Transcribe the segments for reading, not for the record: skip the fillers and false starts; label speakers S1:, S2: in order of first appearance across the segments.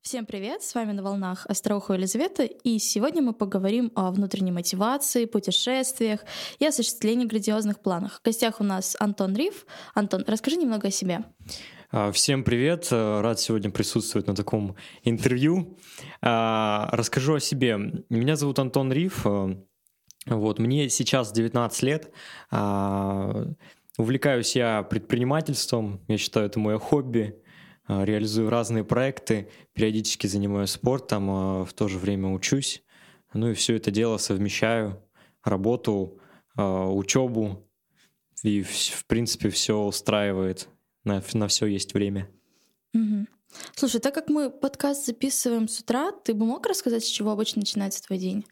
S1: Всем привет, с вами на волнах Остроухова Елизавета, и сегодня мы поговорим о внутренней мотивации, путешествиях и осуществлении грандиозных планов. В гостях у нас Антон Риф. Антон, расскажи немного о себе.
S2: Всем привет, рад сегодня присутствовать на таком интервью. Расскажу о себе. Меня зовут Антон Риф, мне сейчас 19 лет. Увлекаюсь я предпринимательством, я считаю, это мое хобби. Реализую разные проекты, периодически занимаюсь спортом, в то же время учусь. Ну и все это дело совмещаю, работу, учебу, и в принципе все устраивает, на все есть время.
S1: Мгм. Слушай, так как мы подкаст записываем с утра, ты бы мог рассказать, с чего обычно начинается твой день?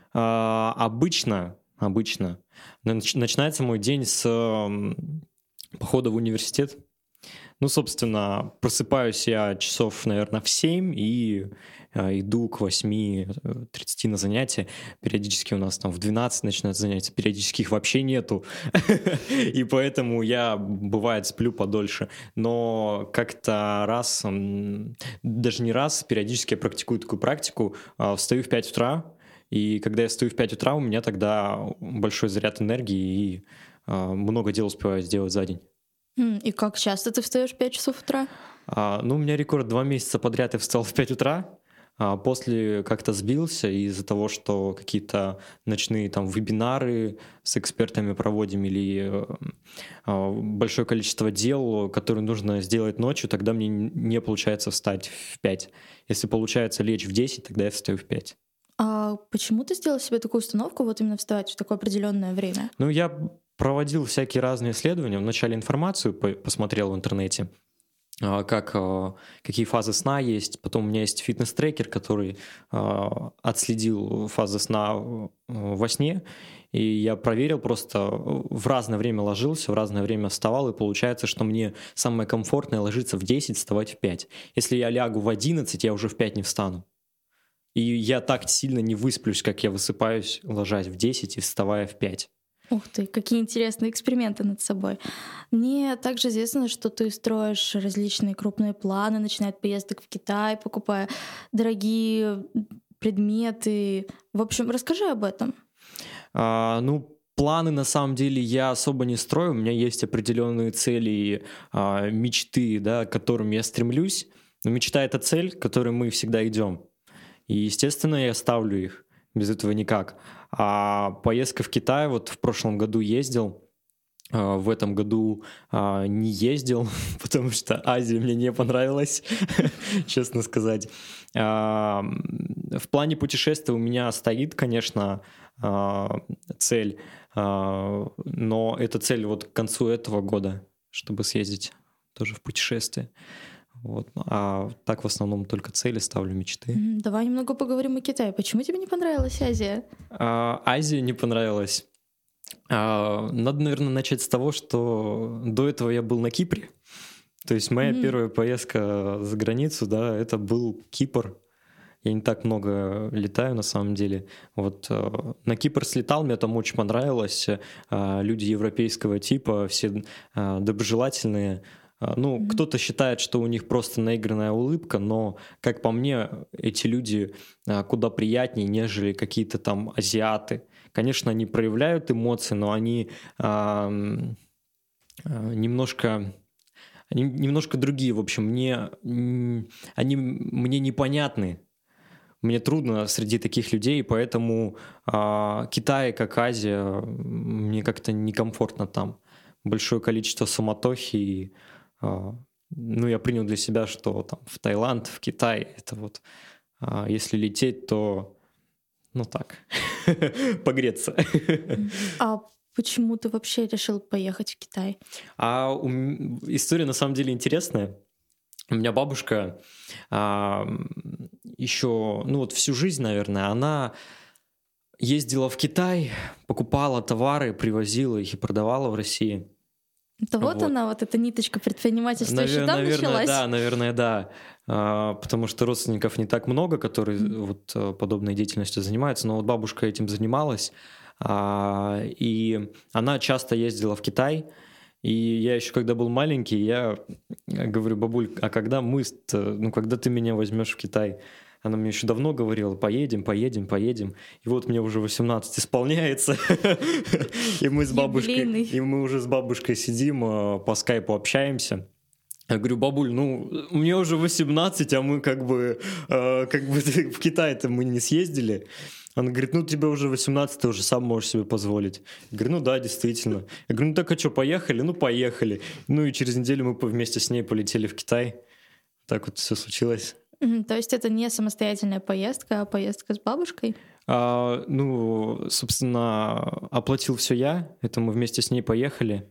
S2: Обычно начинается мой день с похода в университет. Собственно, просыпаюсь я часов, наверное, в 7 и иду к 8:30 на занятия. Периодически у нас там в 12 начинаются занятия, периодически их вообще нету. И поэтому я, бывает, сплю подольше. Но как-то раз, даже не раз, периодически я практикую такую практику. Встаю в 5 утра, и когда я встаю в 5 утра, у меня тогда большой заряд энергии и много дел успеваю сделать за день.
S1: И как часто ты встаешь в 5 часов утра?
S2: У меня рекорд 2 месяца подряд я встал в 5 утра, после как-то сбился из-за того, что какие-то ночные там вебинары с экспертами проводим или большое количество дел, которые нужно сделать ночью, тогда мне не получается встать в 5. Если получается лечь в 10, тогда я встаю в 5.
S1: А почему ты сделал себе такую установку, вот именно вставать в такое определенное время?
S2: Я проводил всякие разные исследования. Вначале информацию посмотрел в интернете, какие фазы сна есть. Потом у меня есть фитнес-трекер, который отследил фазы сна во сне. И я проверил, просто в разное время ложился, в разное время вставал. И получается, что мне самое комфортное ложиться в 10, вставать в 5. Если я лягу в 11, я уже в 5 не встану. И я так сильно не высплюсь, как я высыпаюсь, ложась в 10 и вставая в 5.
S1: Ух ты, какие интересные эксперименты над собой. Мне также известно, что ты строишь различные крупные планы, начиная от поездок в Китай, покупая дорогие предметы. В общем, расскажи об этом.
S2: Планы на самом деле я особо не строю. У меня есть определенные цели и мечты, да, к которым я стремлюсь. Но мечта — это цель, к которой мы всегда идем. И, естественно, я ставлю их. Без этого никак. А поездка в Китай, в прошлом году ездил, в этом году не ездил, потому что Азия мне не понравилась, честно сказать. В плане путешествий у меня стоит, конечно, цель, но эта цель к концу этого года, чтобы съездить тоже в путешествие. А так в основном только цели ставлю, мечты.
S1: Давай немного поговорим о Китае. Почему тебе не понравилась Азия?
S2: Азия не понравилась. Надо, наверное, начать с того, что до этого я был на Кипре. То есть моя первая поездка за границу, да, это был Кипр. Я не так много летаю на самом деле. На Кипр слетал, мне там очень понравилось. Люди европейского типа, все доброжелательные. Кто-то считает, что у них просто наигранная улыбка, но, как по мне, эти люди куда приятнее, нежели какие-то там азиаты. Конечно, они проявляют эмоции, но они немножко другие. В общем, они мне непонятны. Мне трудно среди таких людей, поэтому Китай, как Азия, мне как-то некомфортно там. Большое количество суматохи и я принял для себя, что там в Таиланд, в Китай, это если лететь, то, погреться.
S1: А почему ты вообще решил поехать в Китай?
S2: История на самом деле интересная. У меня бабушка еще, всю жизнь, наверное, она ездила в Китай, покупала товары, привозила их и продавала в России.
S1: Это она, эта ниточка предпринимательства еще там началась?
S2: Наверное, да. Потому что родственников не так много, которые подобной деятельностью занимаются, но бабушка этим занималась, и она часто ездила в Китай. И я еще когда был маленький, я Я говорю: бабуль, а когда когда ты меня возьмешь в Китай? Она мне еще давно говорила: поедем. И вот мне уже 18 исполняется. И мы уже с бабушкой сидим, по скайпу общаемся. Я говорю: бабуль, мне уже 18, а мы как бы в Китай-то мы не съездили. Она говорит: тебе уже 18, ты уже сам можешь себе позволить. Я говорю: да, действительно. Я говорю: так а что, поехали? Поехали. И через неделю мы вместе с ней полетели в Китай. Так вот все случилось.
S1: То есть это не самостоятельная поездка, а поездка с бабушкой?
S2: Собственно, оплатил все я. Это мы вместе с ней поехали.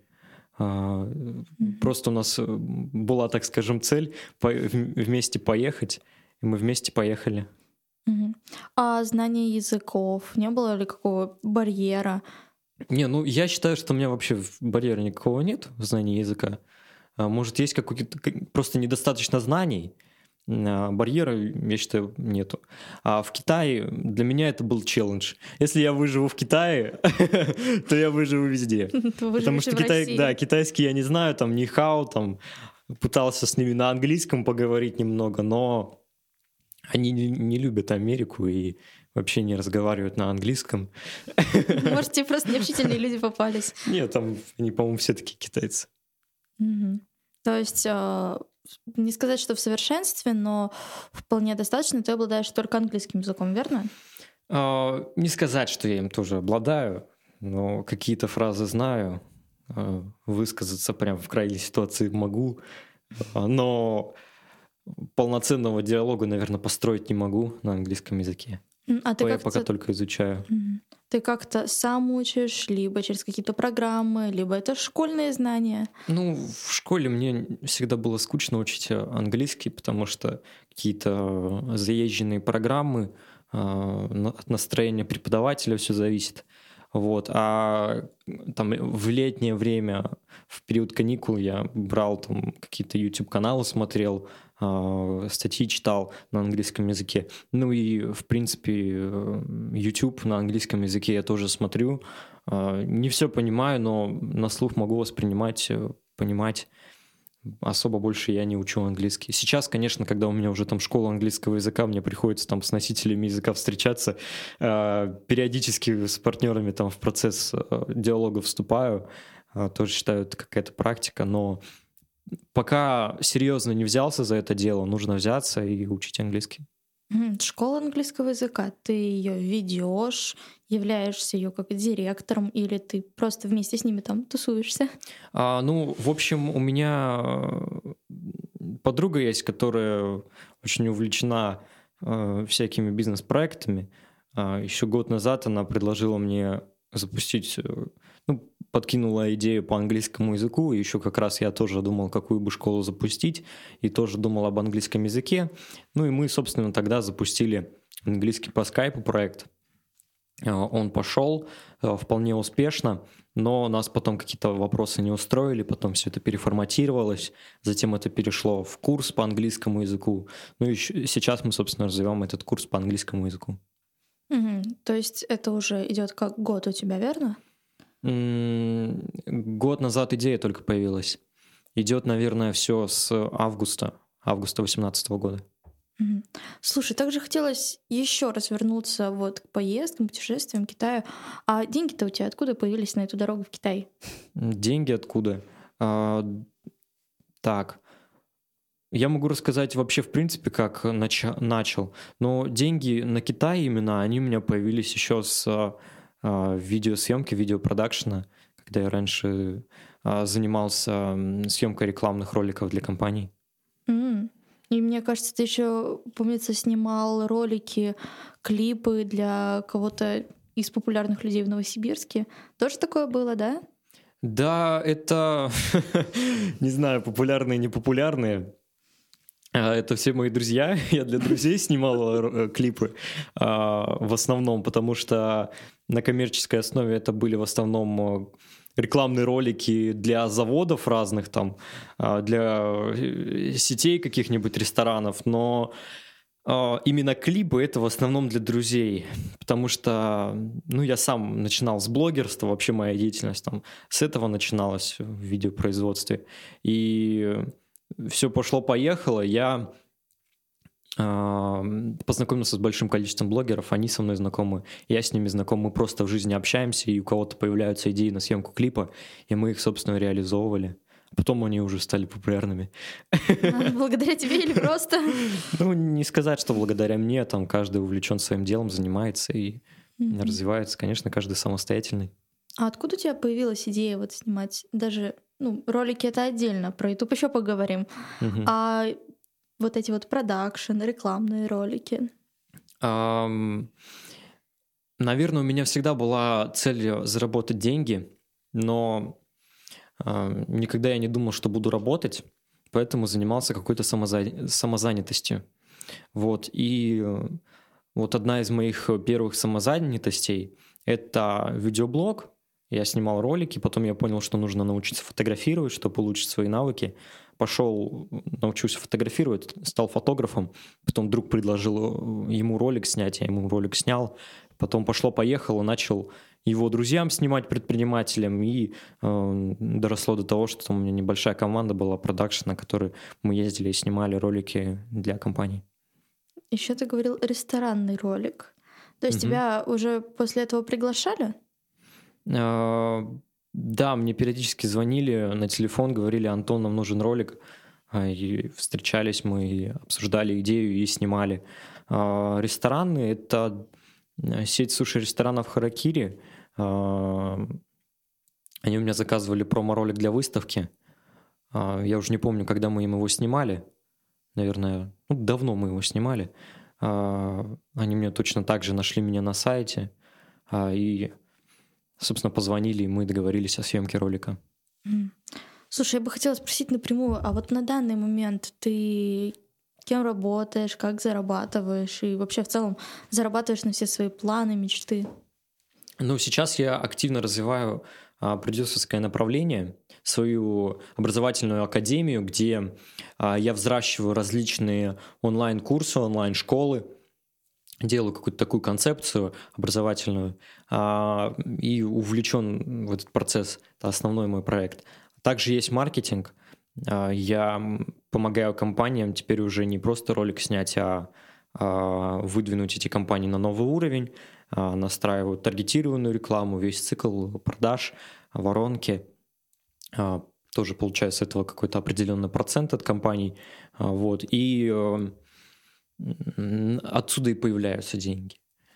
S2: Просто у нас была, так скажем, цель вместе поехать, и мы вместе поехали.
S1: А знание языков? Не было ли какого барьера?
S2: Я считаю, что у меня вообще барьера никакого нет в знании языка. Может, есть какой-то просто недостаточно знаний. Барьера, я считаю, нету. А в Китае для меня это был челлендж. Если я выживу в Китае, то я выживу везде. Потому что китайский я не знаю, там нихао, там пытался с ними на английском поговорить немного, но они не любят Америку и вообще не разговаривают на английском.
S1: Может, тебе просто необщительные люди попались?
S2: Нет, там они, по-моему, все такие китайцы.
S1: То есть не сказать, что в совершенстве, но вполне достаточно, ты обладаешь только английским языком, верно?
S2: Не сказать, что я им тоже обладаю, но какие-то фразы знаю, высказаться прям в крайней ситуации могу, но полноценного диалога, наверное, построить не могу на английском языке. Я пока только изучаю.
S1: Ты как-то сам учишь, либо через какие-то программы, либо это школьные знания?
S2: В школе мне всегда было скучно учить английский, потому что какие-то заезженные программы, от настроения преподавателя все зависит. А там в летнее время, в период каникул я брал там какие-то YouTube-каналы, смотрел, статьи читал на английском языке. И, в принципе, YouTube на английском языке я тоже смотрю. Не все понимаю, но на слух могу воспринимать, понимать. Особо больше я не учу английский. Сейчас, конечно, когда у меня уже там школа английского языка, мне приходится там с носителями языка встречаться, периодически с партнерами там в процесс диалога вступаю, тоже считаю, это какая-то практика, но пока серьезно не взялся за это дело, нужно взяться и учить английский.
S1: Школа английского языка, ты ее ведешь, являешься ее как директором, или ты просто вместе с ними там тусуешься?
S2: В общем, у меня подруга есть, которая очень увлечена всякими бизнес-проектами. Еще год назад она предложила мне запустить, подкинула идею по английскому языку, и еще как раз я тоже думал, какую бы школу запустить, и тоже думал об английском языке. И мы, собственно, тогда запустили английский по скайпу проект. Он пошел вполне успешно, но нас потом какие-то вопросы не устроили, потом все это переформатировалось, затем это перешло в курс по английскому языку. И сейчас мы, собственно, развиваем этот курс по английскому языку.
S1: То есть это уже идет как год у тебя, верно?
S2: Год назад идея только появилась. Идет, наверное, все с августа 2018 года.
S1: Слушай, также хотелось еще раз вернуться к поездкам, путешествиям в Китае. А деньги-то у тебя откуда появились на эту дорогу в Китай?
S2: Деньги откуда? Так, я могу рассказать вообще в принципе, как начал. Но деньги на Китай именно, они у меня появились еще с видеосъемки, видеопродакшена, когда я раньше занимался съемкой рекламных роликов для компаний.
S1: И мне кажется, ты еще, помнится, снимал ролики, клипы для кого-то из популярных людей в Новосибирске. Тоже такое было, да?
S2: Да, это, не знаю, популярные, непопулярные. Это все мои друзья. Я для друзей снимал клипы в основном, потому что на коммерческой основе это были в основном рекламные ролики для заводов разных, там, для сетей каких-нибудь ресторанов, но именно клипы — это в основном для друзей, потому что, я сам начинал с блогерства, вообще моя деятельность там с этого начиналась в видеопроизводстве, и все пошло-поехало, я познакомился с большим количеством блогеров, они со мной знакомы, я с ними знаком, мы просто в жизни общаемся, и у кого-то появляются идеи на съемку клипа, и мы их, собственно, реализовывали. Потом они уже стали популярными.
S1: Благодаря тебе или просто?
S2: Ну, не сказать, что благодаря мне, там каждый увлечен своим делом, занимается и развивается, конечно, каждый самостоятельный.
S1: А откуда у тебя появилась идея вот снимать даже, ролики это отдельно, про YouTube еще поговорим, а вот эти вот продакшн, рекламные ролики?
S2: Наверное, у меня всегда была цель заработать деньги, но никогда я не думал, что буду работать, поэтому занимался какой-то самозанятостью. Вот. И вот одна из моих первых самозанятостей — это видеоблог. Я снимал ролики, потом я понял, что нужно научиться фотографировать, чтобы улучшить свои навыки. Пошел, научился фотографировать, стал фотографом. Потом друг предложил ему ролик снять, я ему ролик снял. Потом пошло-поехало, начал его друзьям снимать, предпринимателям, и доросло до того, что там у меня небольшая команда была, продакшн, на которой мы ездили и снимали ролики для компаний.
S1: Еще ты говорил ресторанный ролик. То есть тебя уже после этого приглашали?
S2: Да, мне периодически звонили на телефон, говорили: Антон, нам нужен ролик. И встречались мы, и обсуждали идею и снимали. Рестораны — это сеть суши-ресторанов «Харакири». Они у меня заказывали промо-ролик для выставки. Я уже не помню, когда мы им его снимали. Наверное, давно мы его снимали. Они мне точно так же нашли меня на сайте. И, собственно, позвонили, и мы договорились о съемке ролика.
S1: Слушай, я бы хотела спросить напрямую, а вот на данный момент ты кем работаешь, как зарабатываешь и вообще в целом зарабатываешь на все свои планы, мечты?
S2: Сейчас я активно развиваю продюсерское направление, свою образовательную академию, где я взращиваю различные онлайн-курсы, онлайн-школы, делаю какую-то такую концепцию образовательную и увлечен в этот процесс. Это основной мой проект. Также есть маркетинг. Я помогаю компаниям теперь уже не просто ролик снять, а выдвинуть эти компании на новый уровень, настраиваю таргетированную рекламу, весь цикл продаж, воронки. Тоже получаю с этого какой-то определенный процент от компаний. Вот. И отсюда и появляются деньги.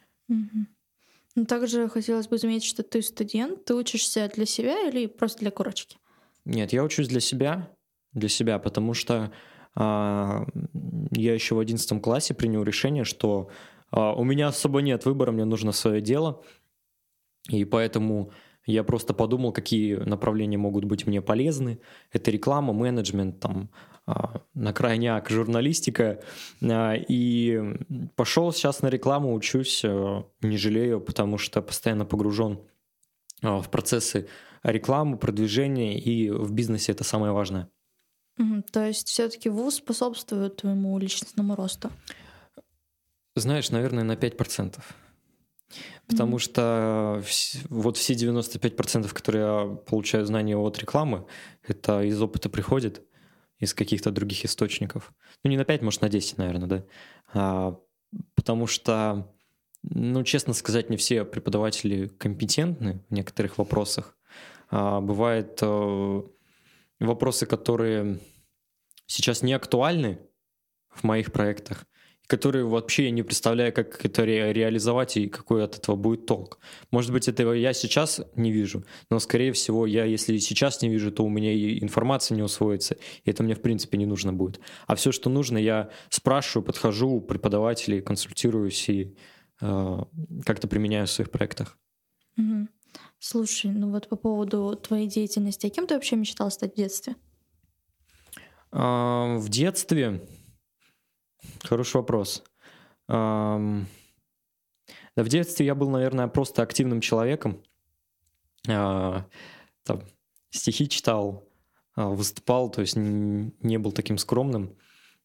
S1: Также хотелось бы заметить, что ты студент, ты учишься для себя или просто для корочки?
S2: Нет, я учусь для себя, потому что я еще в 11 классе принял решение, что у меня особо нет выбора, мне нужно свое дело, и поэтому я просто подумал, какие направления могут быть мне полезны. Это реклама, менеджмент, там, на крайняк журналистика, и пошел сейчас на рекламу, учусь, не жалею, потому что постоянно погружен в процессы рекламы, продвижения, и в бизнесе это самое важное.
S1: То есть все-таки вуз способствует твоему личностному росту?
S2: Знаешь, наверное, на 5%. Потому что вот все 95%, которые я получаю знания от рекламы, это из опыта приходит, из каких-то других источников. Не на 5, может, на 10, наверное, да. Потому что, честно сказать, не все преподаватели компетентны в некоторых вопросах. Бывают вопросы, которые сейчас не актуальны в моих проектах, которые вообще я не представляю, как это реализовать и какой от этого будет толк. Может быть, этого я сейчас не вижу, но, скорее всего, если сейчас не вижу, то у меня и информация не усвоится, и это мне, в принципе, не нужно будет. А все, что нужно, я спрашиваю, подхожу у преподавателей, консультируюсь и как-то применяю в своих проектах.
S1: Слушай, вот по поводу твоей деятельности, а кем ты вообще мечтал стать в детстве?
S2: В детстве... Хороший вопрос. В детстве я был, наверное, просто активным человеком. Стихи читал, выступал, то есть не был таким скромным.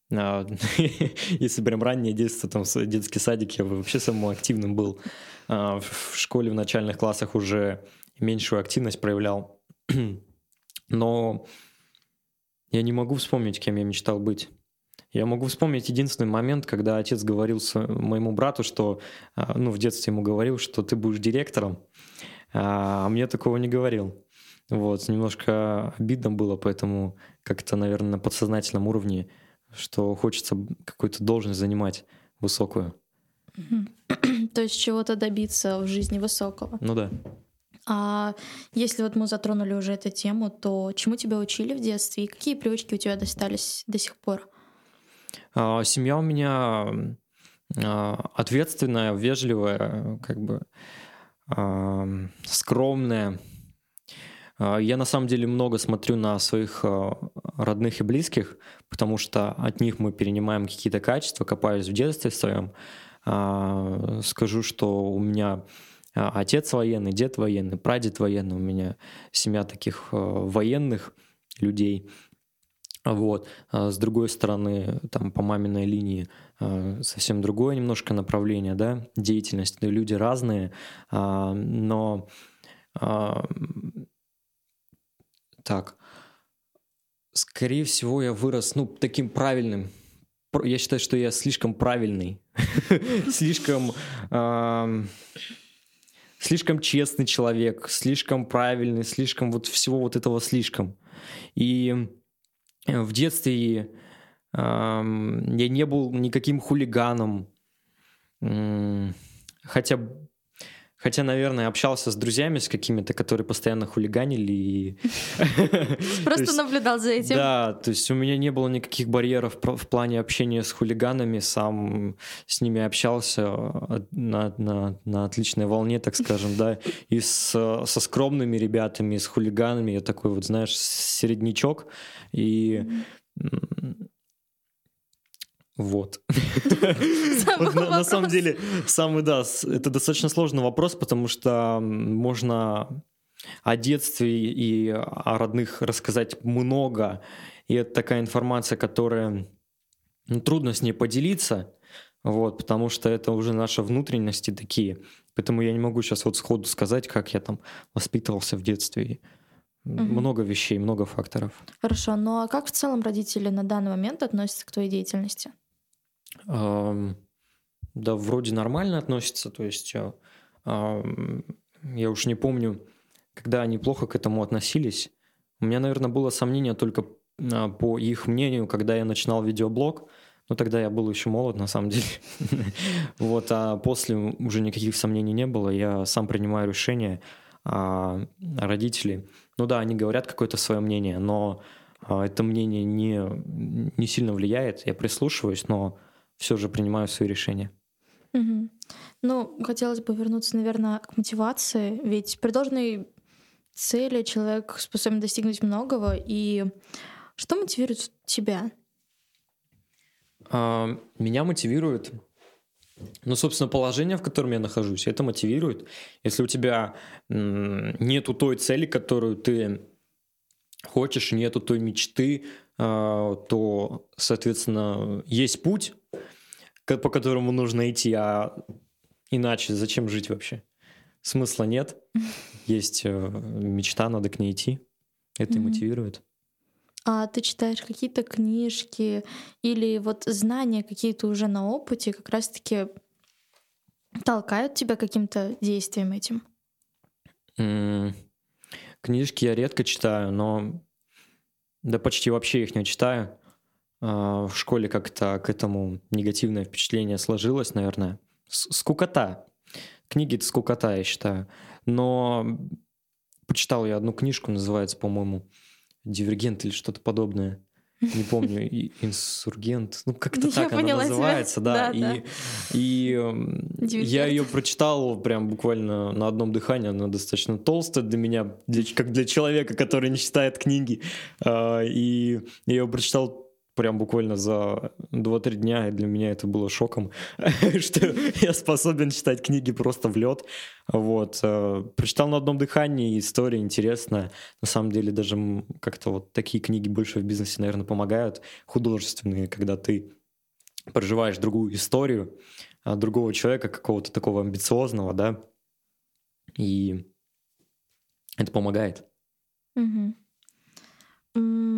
S2: Если прям раннее детство, там детский садик, я вообще самым активным был. В школе в начальных классах уже меньшую активность проявлял. Но Я не могу вспомнить, кем я мечтал быть. Я могу вспомнить единственный момент, когда отец говорил моему брату, что, в детстве ему говорил, что ты будешь директором, а мне такого не говорил. Вот, немножко обидно было, поэтому как-то, наверное, на подсознательном уровне, что хочется какую-то должность занимать высокую.
S1: То есть чего-то добиться в жизни высокого.
S2: Ну да.
S1: А если вот мы затронули уже эту тему, то чему тебя учили в детстве и какие привычки у тебя достались до сих пор?
S2: Семья у меня ответственная, вежливая, как бы скромная. Я на самом деле много смотрю на своих родных и близких, потому что от них мы перенимаем какие-то качества, копаюсь в детстве своем. Скажу, что у меня отец военный, дед военный, прадед военный, у меня семья таких военных людей. Вот. С другой стороны, там по маминой линии совсем другое немножко направление, да, деятельности. Люди разные, но так, скорее всего, я вырос, таким правильным. Я считаю, что я слишком правильный, слишком честный человек, слишком правильный, слишком вот всего вот этого слишком. И в детстве я не был никаким хулиганом, хотя, наверное, общался с друзьями с какими-то, которые постоянно хулиганили.
S1: Просто наблюдал за этим.
S2: Да, то есть у меня не было никаких барьеров в плане общения с хулиганами, сам с ними общался на отличной волне, так скажем, да, и со скромными ребятами, и с хулиганами, я такой вот, знаешь, середнячок, и... Вот. На самом деле, это достаточно сложный вопрос, потому что можно о детстве и о родных рассказать много, и это такая информация, которая трудно с ней поделиться, вот, потому что это уже наши внутренности такие, поэтому я не могу сейчас вот сходу сказать, как я там воспитывался в детстве. Много вещей, много факторов.
S1: Хорошо, ну а как в целом родители на данный момент относятся к твоей деятельности?
S2: Да, вроде нормально относятся, то есть я уж не помню, когда они плохо к этому относились. У меня, наверное, было сомнение только по их мнению, когда я начинал видеоблог, но тогда я был еще молод, на самом деле. Вот, а после уже никаких сомнений не было, я сам принимаю решения, а родители, да, они говорят какое-то свое мнение, но это мнение не сильно влияет, я прислушиваюсь, но все же принимаю свои решения.
S1: Ну, хотелось бы вернуться, наверное, к мотивации, ведь при должной цели человек способен достигнуть многого, и что мотивирует тебя?
S2: Меня мотивирует, собственно, положение, в котором я нахожусь, это мотивирует. Если у тебя нету той цели, которую ты хочешь, нету той мечты, то, соответственно, есть путь, по которому нужно идти, а иначе зачем жить вообще? Смысла нет. Есть мечта, надо к ней идти. Это и мотивирует.
S1: А ты читаешь какие-то книжки или вот знания какие-то уже на опыте как раз-таки толкают тебя каким-то действием этим?
S2: Книжки я редко читаю, но да почти вообще их не читаю. В школе как-то к этому негативное впечатление сложилось, наверное. Скукота. Книги — это скукота, я считаю. Но почитал я одну книжку, называется, по-моему, «Дивергент» или что-то подобное. Не помню, «Инсургент». Как-то так она называется, да. И я ее прочитал прям буквально на одном дыхании. Она достаточно толстая для меня, как для человека, который не читает книги. И я ее прочитал прям буквально за 2-3 дня, и для меня это было шоком, что я способен читать книги просто в лед. Вот. Прочитал на одном дыхании, история интересная. На самом деле даже как-то вот такие книги больше в бизнесе, наверное, помогают, художественные, когда ты проживаешь другую историю другого человека, какого-то такого амбициозного, да, и это помогает.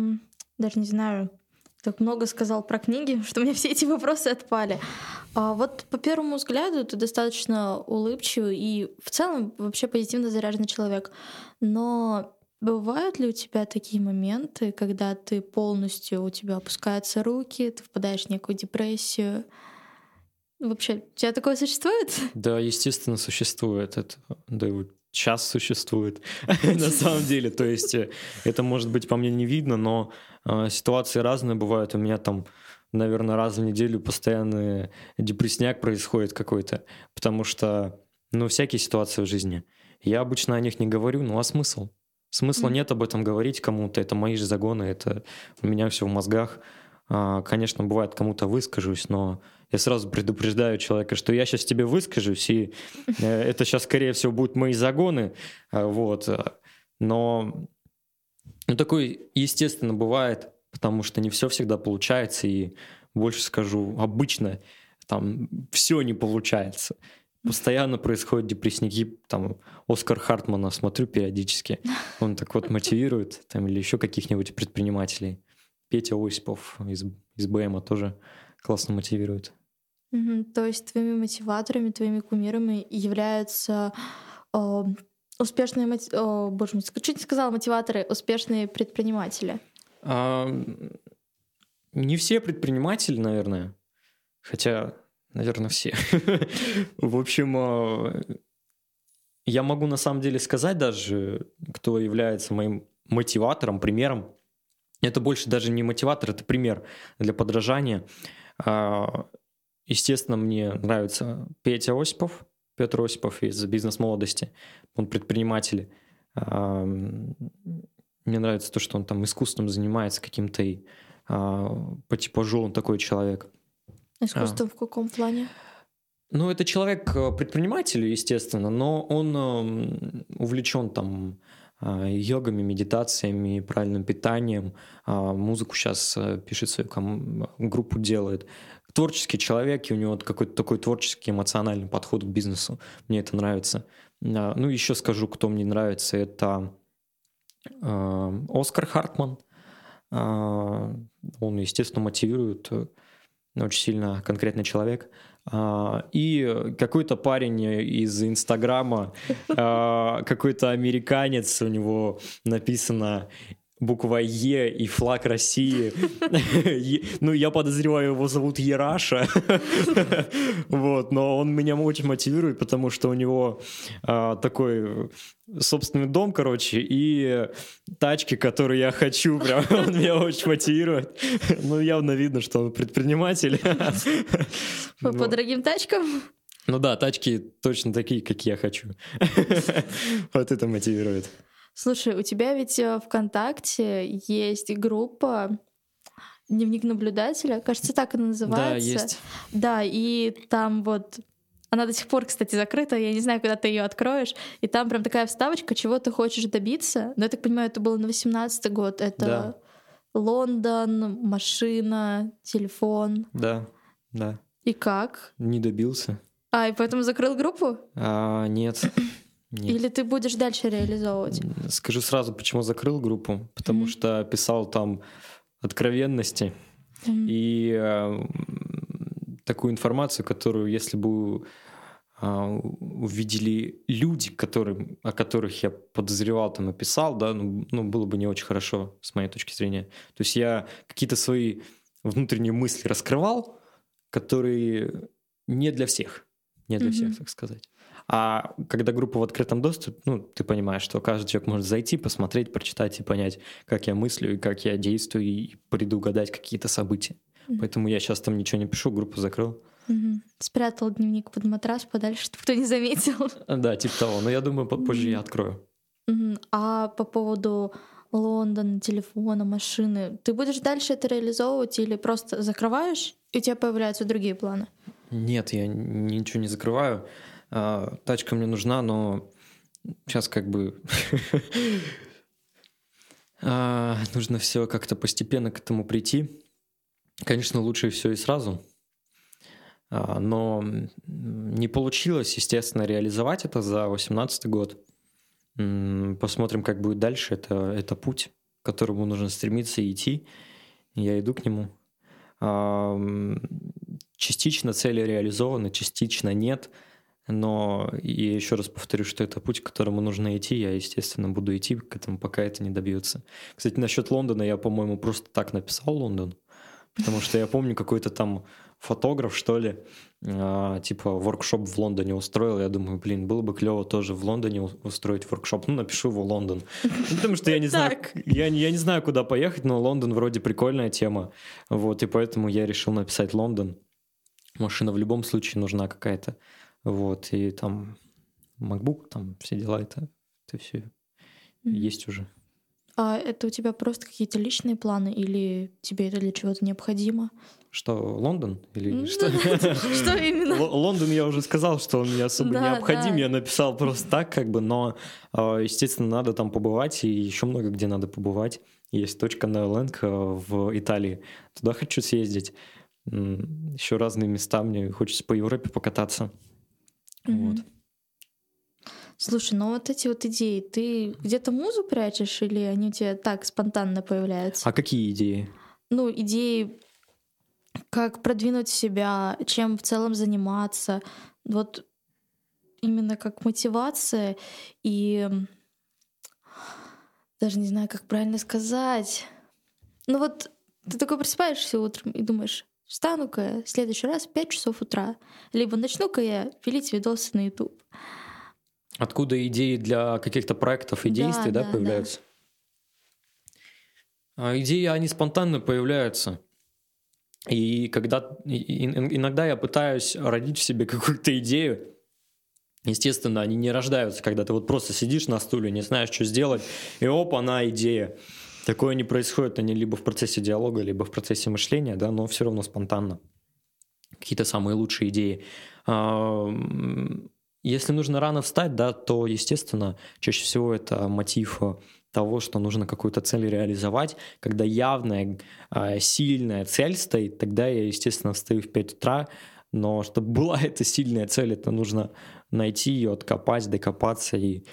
S1: Даже не знаю, так много сказал про книги, что у меня все эти вопросы отпали. Вот по первому взгляду ты достаточно улыбчивый и в целом вообще позитивно заряженный человек. Но бывают ли у тебя такие моменты, когда ты полностью, у тебя опускаются руки, ты впадаешь в некую депрессию? Вообще, у тебя такое существует?
S2: Да, естественно, существует это. Да, и вот сейчас существует на самом деле. То есть это, может быть, по мне не видно, но ситуации разные бывают. У меня там, наверное, раз в неделю постоянно депрессняк происходит какой-то, потому что, ну, всякие ситуации в жизни. Я обычно о них не говорю, ну а смысл? Смысла нет об этом говорить кому-то, это мои же загоны, это у меня все в мозгах. Конечно, бывает, кому-то выскажусь, но я сразу предупреждаю человека, что я сейчас тебе выскажусь, и это сейчас, скорее всего, будут мои загоны. Вот. Но ну, такое, естественно, бывает, потому что не все всегда получается, и больше скажу, обычно там все не получается. Постоянно происходят депрессники, там Оскар Хартмана смотрю периодически, он так вот мотивирует, там, или еще каких-нибудь предпринимателей. Петя Осипов из БМа тоже классно мотивирует.
S1: То есть твоими мотиваторами, твоими кумирами являются успешные, боже мой, чуть не сказала мотиваторы, успешные предприниматели.
S2: Не все предприниматели, наверное, хотя, наверное, все. В общем, я могу на самом деле сказать даже, кто является моим мотиватором, примером. Это больше даже не мотиватор, это пример для подражания. Естественно, мне нравится Петя Осипов, Петр Осипов из «Бизнес-молодости». Он предприниматель. Мне нравится то, что он там искусством занимается каким-то, и по типажу он такой человек.
S1: Искусством в каком плане?
S2: Ну, это человек предприниматель, естественно, но он увлечен там йогами, медитациями, правильным питанием. Музыку сейчас пишет, свою группу делает. Творческий человек, и у него какой-то такой творческий, эмоциональный подход к бизнесу. Мне это нравится. Ну, еще скажу, кто мне нравится. Это Оскар Хартман. Он, естественно, мотивирует очень сильно конкретный человек. И какой-то парень из Инстаграма, какой-то американец, у него написано буква Е и флаг России. Ну, я подозреваю, его зовут Ераша. Вот, но он меня очень мотивирует, потому что у него такой собственный дом, короче, и тачки, которые я хочу, прям он меня очень мотивирует. Ну, явно видно, что он предприниматель.
S1: По дорогим тачкам?
S2: Ну да, тачки точно такие, какие я хочу. Вот это мотивирует.
S1: Слушай, у тебя ведь ВКонтакте есть группа «Дневник наблюдателя», кажется, так она называется.
S2: Да, есть.
S1: Да, и там вот... Она до сих пор, кстати, закрыта, я не знаю, когда ты ее откроешь. И там прям такая вставочка, чего ты хочешь добиться. Но я так понимаю, это было на 18-й год. Это
S2: да.
S1: Лондон, машина, телефон.
S2: Да, да.
S1: И как?
S2: Не добился.
S1: И поэтому закрыл группу?
S2: Нет. Нет.
S1: Или ты будешь дальше реализовывать?
S2: Скажу сразу, почему закрыл группу. Потому что писал там откровенности и такую информацию, которую, если бы увидели люди, о которых я подозревал там и писал, да, ну, было бы не очень хорошо с моей точки зрения. То есть я какие-то свои внутренние мысли раскрывал, которые не для всех. Не для всех, так сказать. А когда группа в открытом доступе, ну, ты понимаешь, что каждый человек может зайти, посмотреть, прочитать и понять, как я мыслю, и как я действую, и предугадать какие-то события. Поэтому я сейчас там ничего не пишу, группу закрыл.
S1: Спрятал дневник под матрас подальше, чтобы кто не заметил.
S2: Да, типа того. Но я думаю, позже я открою.
S1: А по поводу Лондона, телефона, машины, ты будешь дальше это реализовывать или просто закрываешь, и у тебя появляются другие планы?
S2: Нет, я ничего не закрываю. Тачка мне нужна, но сейчас как бы нужно все как-то постепенно к этому прийти. Конечно, лучше все и сразу, но не получилось, естественно, реализовать это за 2018 год. Посмотрим, как будет дальше. Это путь. к которому нужно стремиться и идти. Я иду к нему. Частично цели реализованы, частично нет. Но я еще раз повторю, что это путь, к которому нужно идти. Я, естественно, буду идти к этому, пока это не добьется. Кстати, насчет Лондона я, по-моему, просто так написал Лондон. Потому что я помню, какой-то там фотограф, что ли, типа воркшоп в Лондоне устроил. Я думаю, было бы клево тоже в Лондоне устроить воркшоп. Напишу его Лондон. Потому что я не знаю, я не знаю, куда поехать, но Лондон вроде прикольная тема. Вот, и поэтому я решил написать Лондон. Машина в любом случае нужна какая-то. Вот, и там MacBook, там все дела, это все есть уже.
S1: А это у тебя просто какие-то личные планы или тебе это для чего-то необходимо?
S2: Что, Лондон? Или что?
S1: Что именно?
S2: Лондон, я уже сказал, что он мне особо необходим. Я написал просто так, но, естественно, надо там побывать, и еще много где надо побывать. Есть точка Neuralink в Италии. Туда хочу съездить. Еще разные места. Мне хочется по Европе покататься. Вот.
S1: Слушай, ну вот эти вот идеи, ты где-то музу прячешь или они у тебя так спонтанно появляются?
S2: А какие идеи?
S1: Ну, идеи, как продвинуть себя, чем в целом заниматься. Вот именно как мотивация и даже не знаю, как правильно сказать. Ну вот ты такой просыпаешься утром и думаешь, встану-ка в следующий раз в 5 часов утра, либо начну-ка я пилить видосы на YouTube.
S2: Откуда идеи для каких-то проектов и действий, да, появляются? Да. Идеи, они спонтанно появляются. И иногда я пытаюсь родить в себе какую-то идею. Естественно, они не рождаются, когда ты вот просто сидишь на стуле, не знаешь, что сделать, и оп, она идея. Такое не происходит, они либо в процессе диалога, либо в процессе мышления, да, но все равно спонтанно. Какие-то самые лучшие идеи. Если нужно рано встать, да, то, естественно, чаще всего это мотив того, что нужно какую-то цель реализовать. Когда явная, сильная цель стоит, тогда я, естественно, встаю в 5 утра, но чтобы была эта сильная цель, это нужно найти ее, откопать, докопаться, и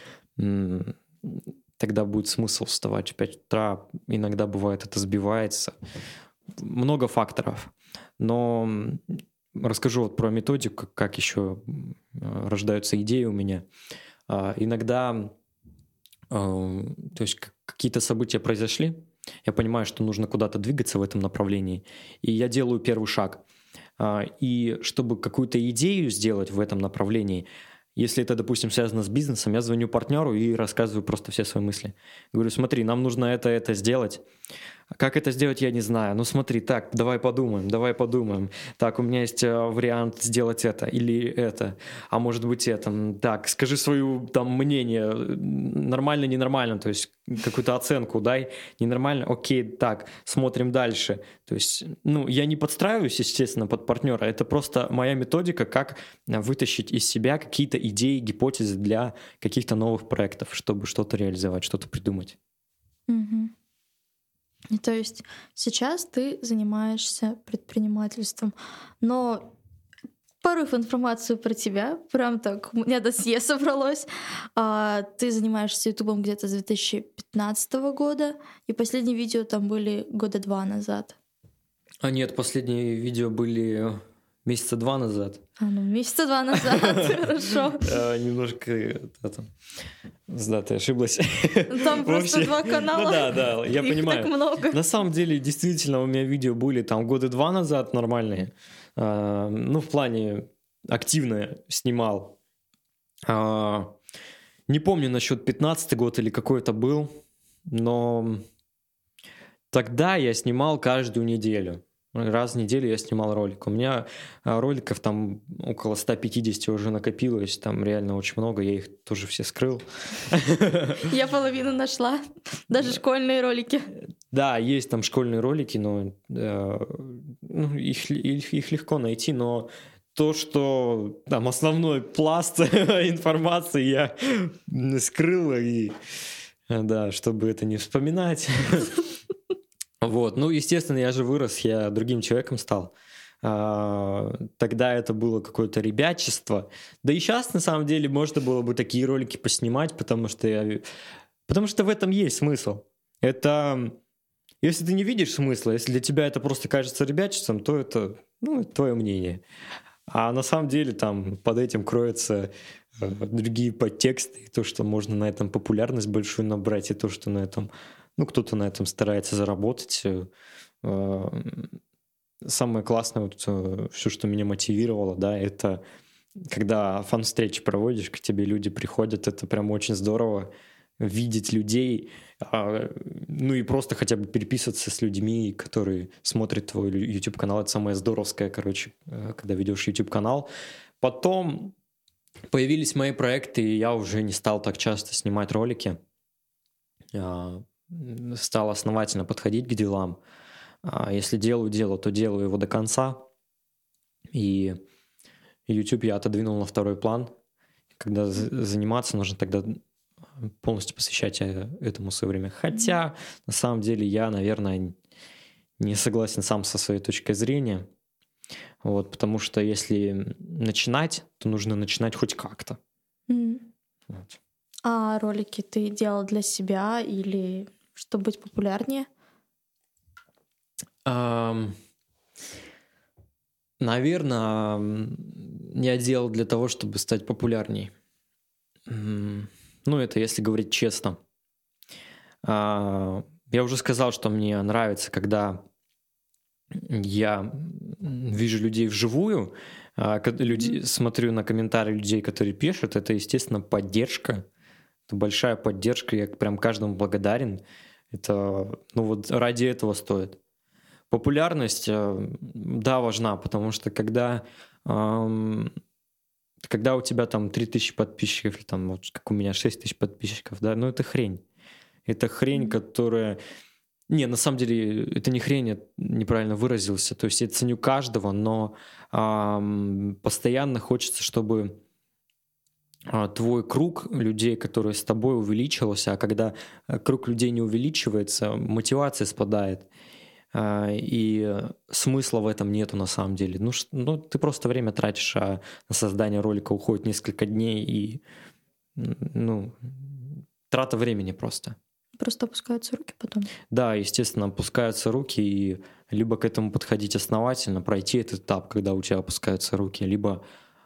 S2: тогда будет смысл вставать в 5 утра. Иногда бывает это сбивается. Много факторов. Но расскажу вот про методику, как еще рождаются идеи у меня. Иногда, то есть какие-то события произошли, я понимаю, что нужно куда-то двигаться в этом направлении, и я делаю первый шаг. И чтобы какую-то идею сделать в этом направлении, если это, допустим, связано с бизнесом, я звоню партнеру и рассказываю просто все свои мысли. Говорю, смотри, нам нужно это сделать. Как это сделать, я не знаю. Ну смотри, так, давай подумаем. Так, у меня есть вариант сделать это или это, а может быть это. Так, скажи свое там мнение, нормально, ненормально, то есть какую-то оценку дай, ненормально, окей, так, смотрим дальше. То есть, я не подстраиваюсь, естественно, под партнера, это просто моя методика, как вытащить из себя какие-то идеи, гипотезы для каких-то новых проектов, чтобы что-то реализовать, что-то придумать.
S1: Угу. И то есть сейчас ты занимаешься предпринимательством, но порыв информацию про тебя, прям так, у меня досье собралось. Ты занимаешься ютубом где-то с 2015 года, и последние видео там были 2 года назад.
S2: Нет, последние видео были месяца 2 назад.
S1: Месяца 2 назад, хорошо.
S2: Немножко с датой ошиблась.
S1: Там просто 2 канала.
S2: Ну да, я понимаю.
S1: Так много.
S2: На самом деле, действительно, у меня видео были там 2 года назад нормальные. В плане активно снимал. Не помню насчет 15-й год или какой это был, но тогда я снимал каждую неделю. Раз в неделю я снимал ролик. У меня роликов там около 150 уже накопилось. Там реально очень много. Я их тоже все скрыл.
S1: Я половину нашла. Даже школьные ролики.
S2: Да, есть там школьные ролики, но их легко найти. Но то, что там основной пласт информации я скрыл, и да, чтобы это не вспоминать. Вот, естественно, я же вырос, я другим человеком стал. Тогда это было какое-то ребячество. Да и сейчас, на самом деле, можно было бы такие ролики поснимать, потому что в этом есть смысл. Это... Если ты не видишь смысла, если для тебя это просто кажется ребячеством, то это, ну, это твое мнение. А на самом деле там под этим кроются другие подтексты, и то, что можно на этом популярность большую набрать, и то, что на этом, ну, кто-то на этом старается заработать. Самое классное, вот, все, что меня мотивировало, да, это когда фан-встречи проводишь, к тебе люди приходят, это прям очень здорово видеть людей, ну и просто хотя бы переписываться с людьми, которые смотрят твой YouTube-канал. Это самое здоровское, короче, когда ведешь YouTube-канал. Потом появились мои проекты, и я уже не стал так часто снимать ролики. Стал основательно подходить к делам. Если делаю дело, то делаю его до конца. И YouTube я отодвинул на второй план. Когда заниматься, нужно тогда полностью посвящать этому свое время. Хотя, на самом деле, я, наверное, не согласен сам со своей точкой зрения. Вот, потому что если начинать, то нужно начинать хоть как-то. Вот.
S1: А ролики ты делал для себя или чтобы быть популярнее?
S2: Наверное, я делал для того, чтобы стать популярней. Ну, это если говорить честно. Я уже сказал, что мне нравится, когда я вижу людей вживую, смотрю на комментарии людей, которые пишут, это, естественно, поддержка. Это большая поддержка, я прям каждому благодарен. Это, ну вот ради этого стоит. Популярность, да, важна, потому что когда у тебя там 3000 подписчиков, или там, вот, как у меня 6000 подписчиков, да, ну это хрень. Это хрень, которая... Не, на самом деле, это не хрень, я неправильно выразился. То есть я ценю каждого, но постоянно хочется, чтобы твой круг людей, которые с тобой, увеличивался, а когда круг людей не увеличивается, мотивация спадает. И смысла в этом нету на самом деле. Ну, ты просто время тратишь, а на создание ролика уходит несколько дней, и ну, трата времени просто.
S1: Просто опускаются руки потом?
S2: Да, естественно, опускаются руки, и либо к этому подходить основательно, пройти этот этап, когда у тебя опускаются руки, либо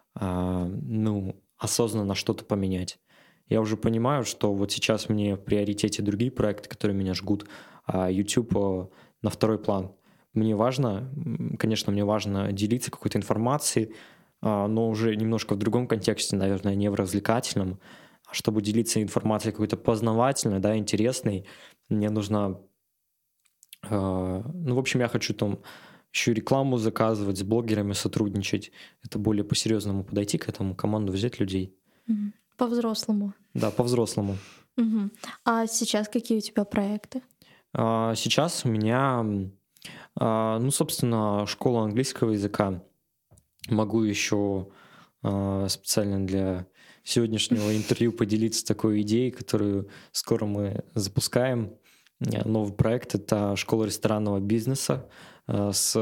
S2: ну, осознанно что-то поменять. Я уже понимаю, что вот сейчас мне в приоритете другие проекты, которые меня жгут, а YouTube на второй план. Мне важно, конечно, делиться какой-то информацией, но уже немножко в другом контексте, наверное, не в развлекательном. А чтобы делиться информацией какой-то познавательной, да, интересной, мне нужно... Ну, в общем, я хочу там еще рекламу заказывать, с блогерами сотрудничать. Это более по-серьезному подойти к этому, команду взять людей.
S1: По-взрослому.
S2: Да, по-взрослому.
S1: Угу. А сейчас какие у тебя проекты?
S2: Сейчас у меня, ну, собственно, школа английского языка. Могу еще специально для сегодняшнего интервью поделиться такой идеей, которую скоро мы запускаем. Новый проект — это школа ресторанного бизнеса с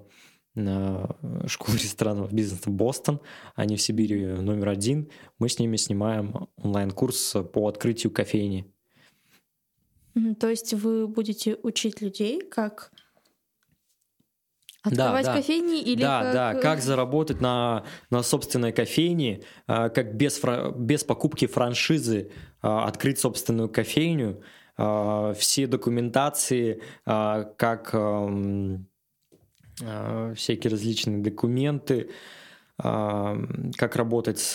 S2: школы ресторанного бизнеса Бостон. Они в Сибири номер 1. Мы с ними снимаем онлайн-курс по открытию кофейни.
S1: То есть вы будете учить людей, как открывать кофейни или
S2: как заработать на собственной кофейне, как без покупки франшизы открыть собственную кофейню, все документации, как всякие различные документы, как работать с,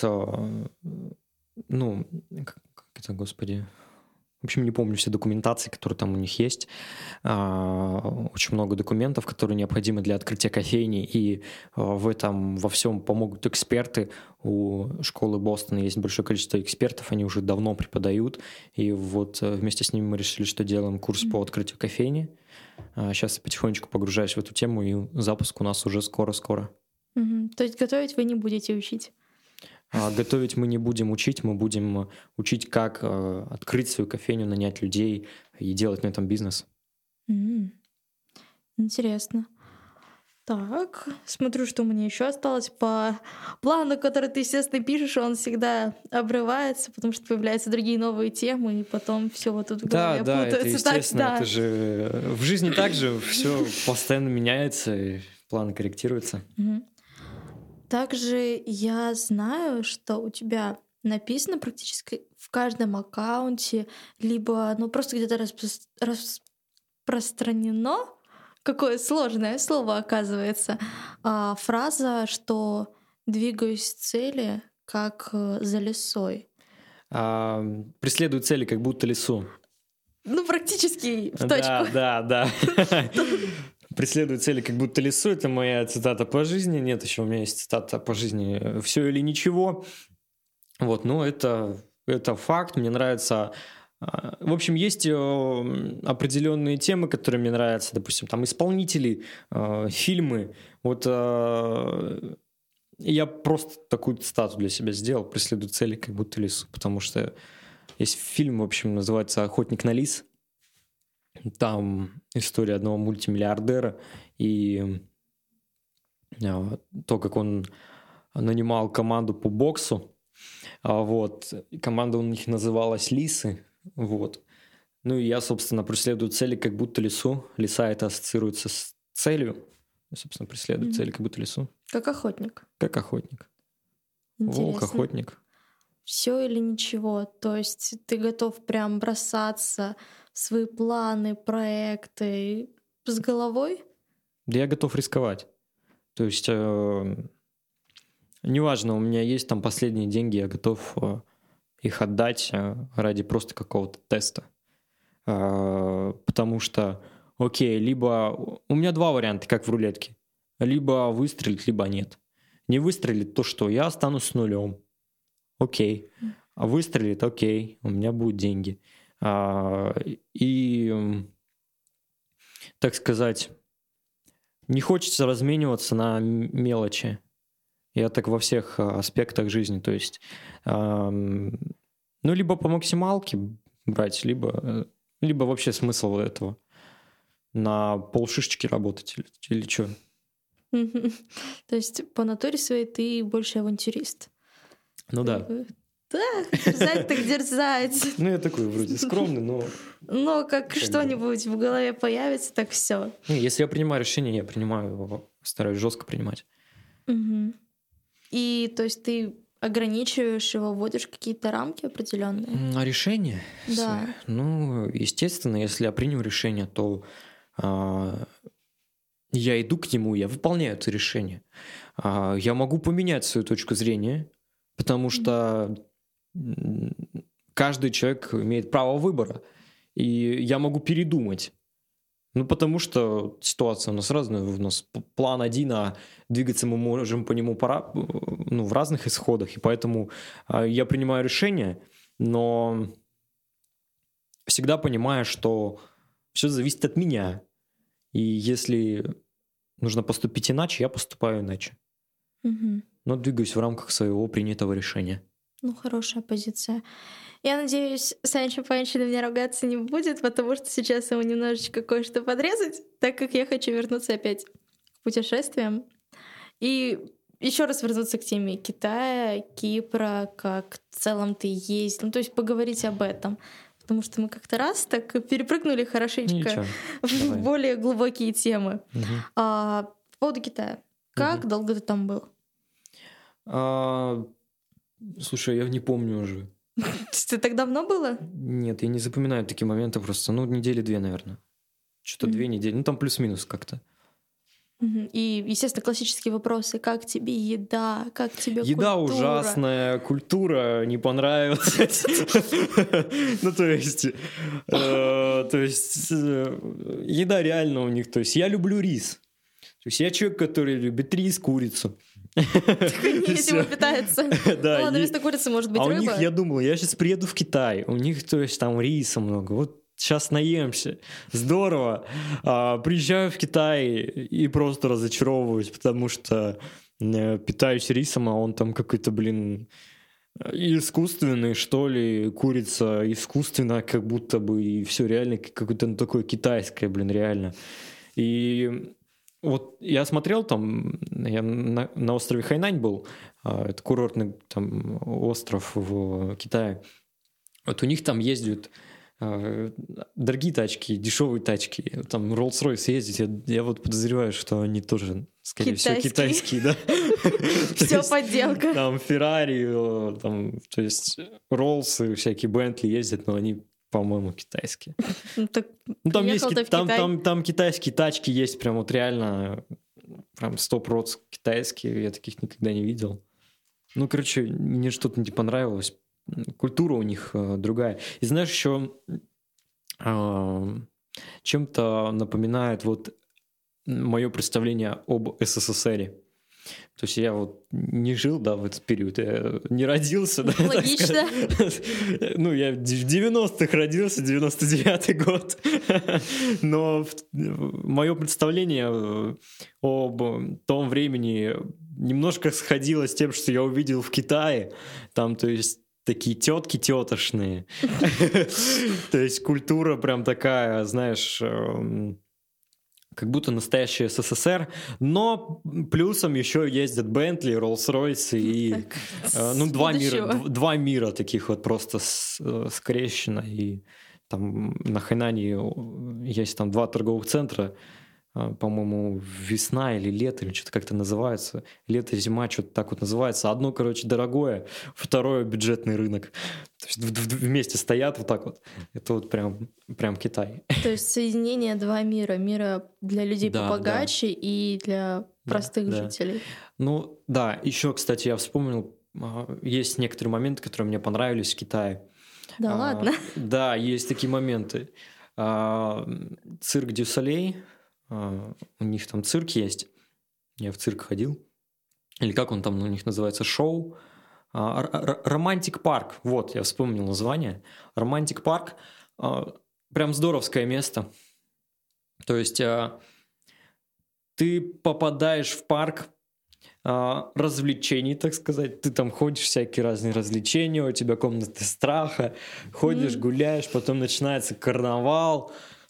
S2: ну, как это, господи... В общем, не помню все документации, которые там у них есть. Очень много документов, которые необходимы для открытия кофейни, и в этом во всем помогут эксперты. У школы Бостона есть большое количество экспертов, они уже давно преподают, и вот вместе с ними мы решили, что делаем курс по открытию кофейни. Сейчас я потихонечку погружаюсь в эту тему, и запуск у нас уже скоро-скоро.
S1: То есть готовить вы не будете учить?
S2: Готовить мы не будем учить, мы будем учить, как открыть свою кофейню, нанять людей и делать на этом бизнес.
S1: Интересно. Так, смотрю, что у меня еще осталось по плану, который ты, естественно, пишешь, он всегда обрывается, потому что появляются другие новые темы, и потом все вот тут в голове
S2: Да, это
S1: путается. Так,
S2: естественно,
S1: да.
S2: это же в жизни также все постоянно меняется, и планы корректируются.
S1: Мгм. Также я знаю, что у тебя написано практически в каждом аккаунте, либо ну просто где-то распространено, какое сложное слово оказывается, фраза, что двигаюсь к цели, как за лесой.
S2: Преследую цели, как будто лесу.
S1: Ну, практически в точку.
S2: Да. Преследую цели, как будто лесу. Это моя цитата по жизни. Нет, еще у меня есть цитата по жизни. Все или ничего. Вот, ну это факт. Мне нравится. В общем, есть определенные темы, которые мне нравятся. Допустим, там исполнители, фильмы. Вот я просто такую цитату для себя сделал. Преследую цели, как будто лесу. Потому что есть фильм, в общем, называется «Охотник на лис». Там история одного мультимиллиардера и то, как он нанимал команду по боксу. Вот. Команда у них называлась «Лисы». Вот. Ну и я, собственно, преследую цели, как будто лесу. Лиса это ассоциируется с целью. Я, собственно, преследую цели, как будто лесу.
S1: Как охотник.
S2: Как охотник.
S1: Интересно.
S2: Волк-охотник.
S1: Все или ничего. То есть ты готов прям бросаться в свои планы, проекты с головой?
S2: Да я готов рисковать. То есть, неважно, у меня есть там последние деньги, я готов их отдать ради просто какого-то теста. Потому что, окей, либо... У меня два варианта, как в рулетке. Либо выстрелить, либо нет. Не выстрелит, то что? Я останусь с нулем. Окей. А выстрелит, окей, у меня будут деньги. И, так сказать, не хочется размениваться на мелочи. Я так во всех аспектах жизни. То есть, ну, либо по максималке брать, либо вообще смысл этого на полшишечки работать или что.
S1: То есть по натуре своей ты больше авантюрист.
S2: Ну да.
S1: Да, дерзать так дерзать.
S2: Ну, я такой вроде скромный, но...
S1: Но как что-нибудь в голове появится, так все.
S2: Если я принимаю решение, я принимаю его, стараюсь жестко принимать.
S1: И то есть ты ограничиваешь его, вводишь какие-то рамки определенные?
S2: А решение?
S1: Да.
S2: Ну, естественно, если я принял решение, то я иду к нему, я выполняю это решение. Я могу поменять свою точку зрения, потому что каждый человек имеет право выбора. И я могу передумать. Ну, потому что ситуация у нас разная. У нас план один, а двигаться мы можем по нему в разных исходах. И поэтому я принимаю решение, но всегда понимаю, что все зависит от меня. И если нужно поступить иначе, я поступаю иначе. Но двигаюсь в рамках своего принятого решения.
S1: Ну, хорошая позиция. Я надеюсь, Санчо Панчо на меня ругаться не будет, потому что сейчас ему немножечко кое-что подрезать, так как я хочу вернуться опять к путешествиям. И еще раз вернуться к теме Китая, Кипра, как в целом ты ездил. Ну, то есть поговорить об этом. Потому что мы как-то раз так перепрыгнули хорошенечко в более глубокие темы. По поводу Китая. Как долго ты там был?
S2: Слушай, я не помню уже.
S1: Это так давно было?
S2: Нет, я не запоминаю такие моменты просто. Ну, недели 2, наверное. Что-то 2 недели. Ну, там плюс-минус как-то.
S1: И, естественно, классические вопросы. Как тебе еда? Как тебе культура?
S2: Еда ужасная, культура не понравилась. Ну, то есть, еда реально у них. То есть, я люблю рис. То есть, я человек, который любит рис, курицу.
S1: Они этим питаются.
S2: Да,
S1: ладно, вместо курицы может быть рыба.
S2: А у них, я думал, я сейчас приеду в Китай. У них, то есть, там риса много. Вот сейчас наемся. Здорово. Приезжаю в Китай и просто разочаровываюсь, потому что питаюсь рисом, а он там какой-то, искусственный, что ли, курица искусственная, как будто бы, и все реально какое-то такое китайское, реально. И Вот я смотрел там, я на острове Хайнань был, это курортный там остров в Китае. Вот у них там ездят дорогие тачки, дешевые тачки. Там Rolls-Royce ездить, я вот подозреваю, что они тоже, скорее всего, китайские, да?
S1: Все подделка.
S2: Там Ferrari, там, то есть Rolls, всякие Bentley ездят, но они, по-моему, китайские. Там есть, там китайские тачки есть, прям вот реально, прям 100% китайские, я таких никогда не видел. Ну, короче, мне что-то не понравилось. Культура у них другая. И знаешь, еще чем-то напоминает вот мое представление об СССР. То есть я вот не жил, да, в этот период, я не родился, да.
S1: Логично.
S2: Ну, я в 90-х родился, 99-й год. Но мое представление об том времени немножко сходило с тем, что я увидел в Китае. Там, то есть, такие тетки тетошные. То есть культура прям такая, знаешь, как будто настоящий СССР, но плюсом еще ездят Бентли, Роллс-Ройсы и ну, два мира таких вот просто скрещено. И там на Хайнане есть там 2 торговых центра, по-моему, весна или лето, или что-то как-то называется. Лето, зима, что-то так вот называется. Одно, короче, дорогое, второе бюджетный рынок. То есть вместе стоят вот так вот. Это вот прям Китай.
S1: То есть соединение 2 мира. Мира для людей побогаче и для простых жителей.
S2: Ну да, еще, кстати, я вспомнил, есть некоторые моменты, которые мне понравились в Китае.
S1: Да ладно?
S2: Да, есть такие моменты. Цирк дю Солей. У них там цирк есть. Я в цирк ходил. Или как он там у них называется? Шоу. Романтик парк. Вот, я вспомнил название. Романтик парк. Прям здоровское место. То есть ты попадаешь в парк развлечений, так сказать. Ты там ходишь, всякие разные развлечения, у тебя комнаты страха. Ходишь, гуляешь, потом начинается карнавал.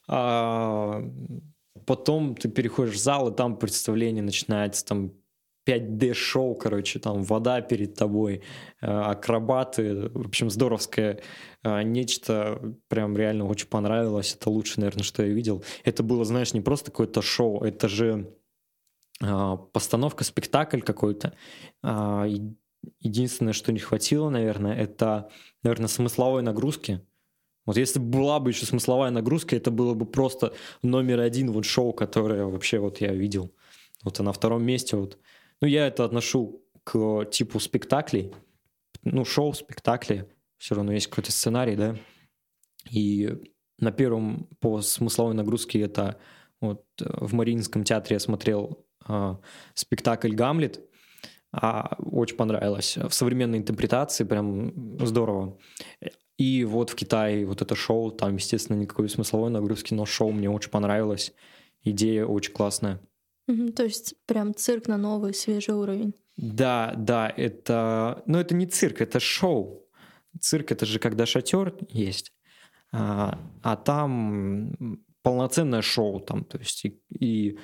S2: Потом ты переходишь в зал, и там представление начинается, там 5D-шоу, короче, там вода перед тобой, акробаты, в общем, здоровское нечто, прям реально очень понравилось, это лучшее, наверное, что я видел. Это было, знаешь, не просто какое-то шоу, это же постановка, спектакль какой-то. Единственное, что не хватило, наверное, это, смысловой нагрузки. Вот если бы была бы еще смысловая нагрузка, это было бы просто номер 1 вот шоу, которое вообще вот я видел. Вот, а на втором месте вот. Ну, я это отношу к типу спектаклей. Ну, шоу, спектакли. Все равно есть какой-то сценарий, да. И на первом по смысловой нагрузке это вот в Мариинском театре я смотрел спектакль «Гамлет». Очень понравилось. В современной интерпретации прям здорово. И вот в Китае вот это шоу, там, естественно, никакой смысловой нагрузки, но шоу мне очень понравилось. Идея очень классная.
S1: То есть прям цирк на новый, свежий уровень.
S2: Да, это... Но это не цирк, это шоу. Цирк — это же когда шатер есть, а там полноценное шоу, там, то есть и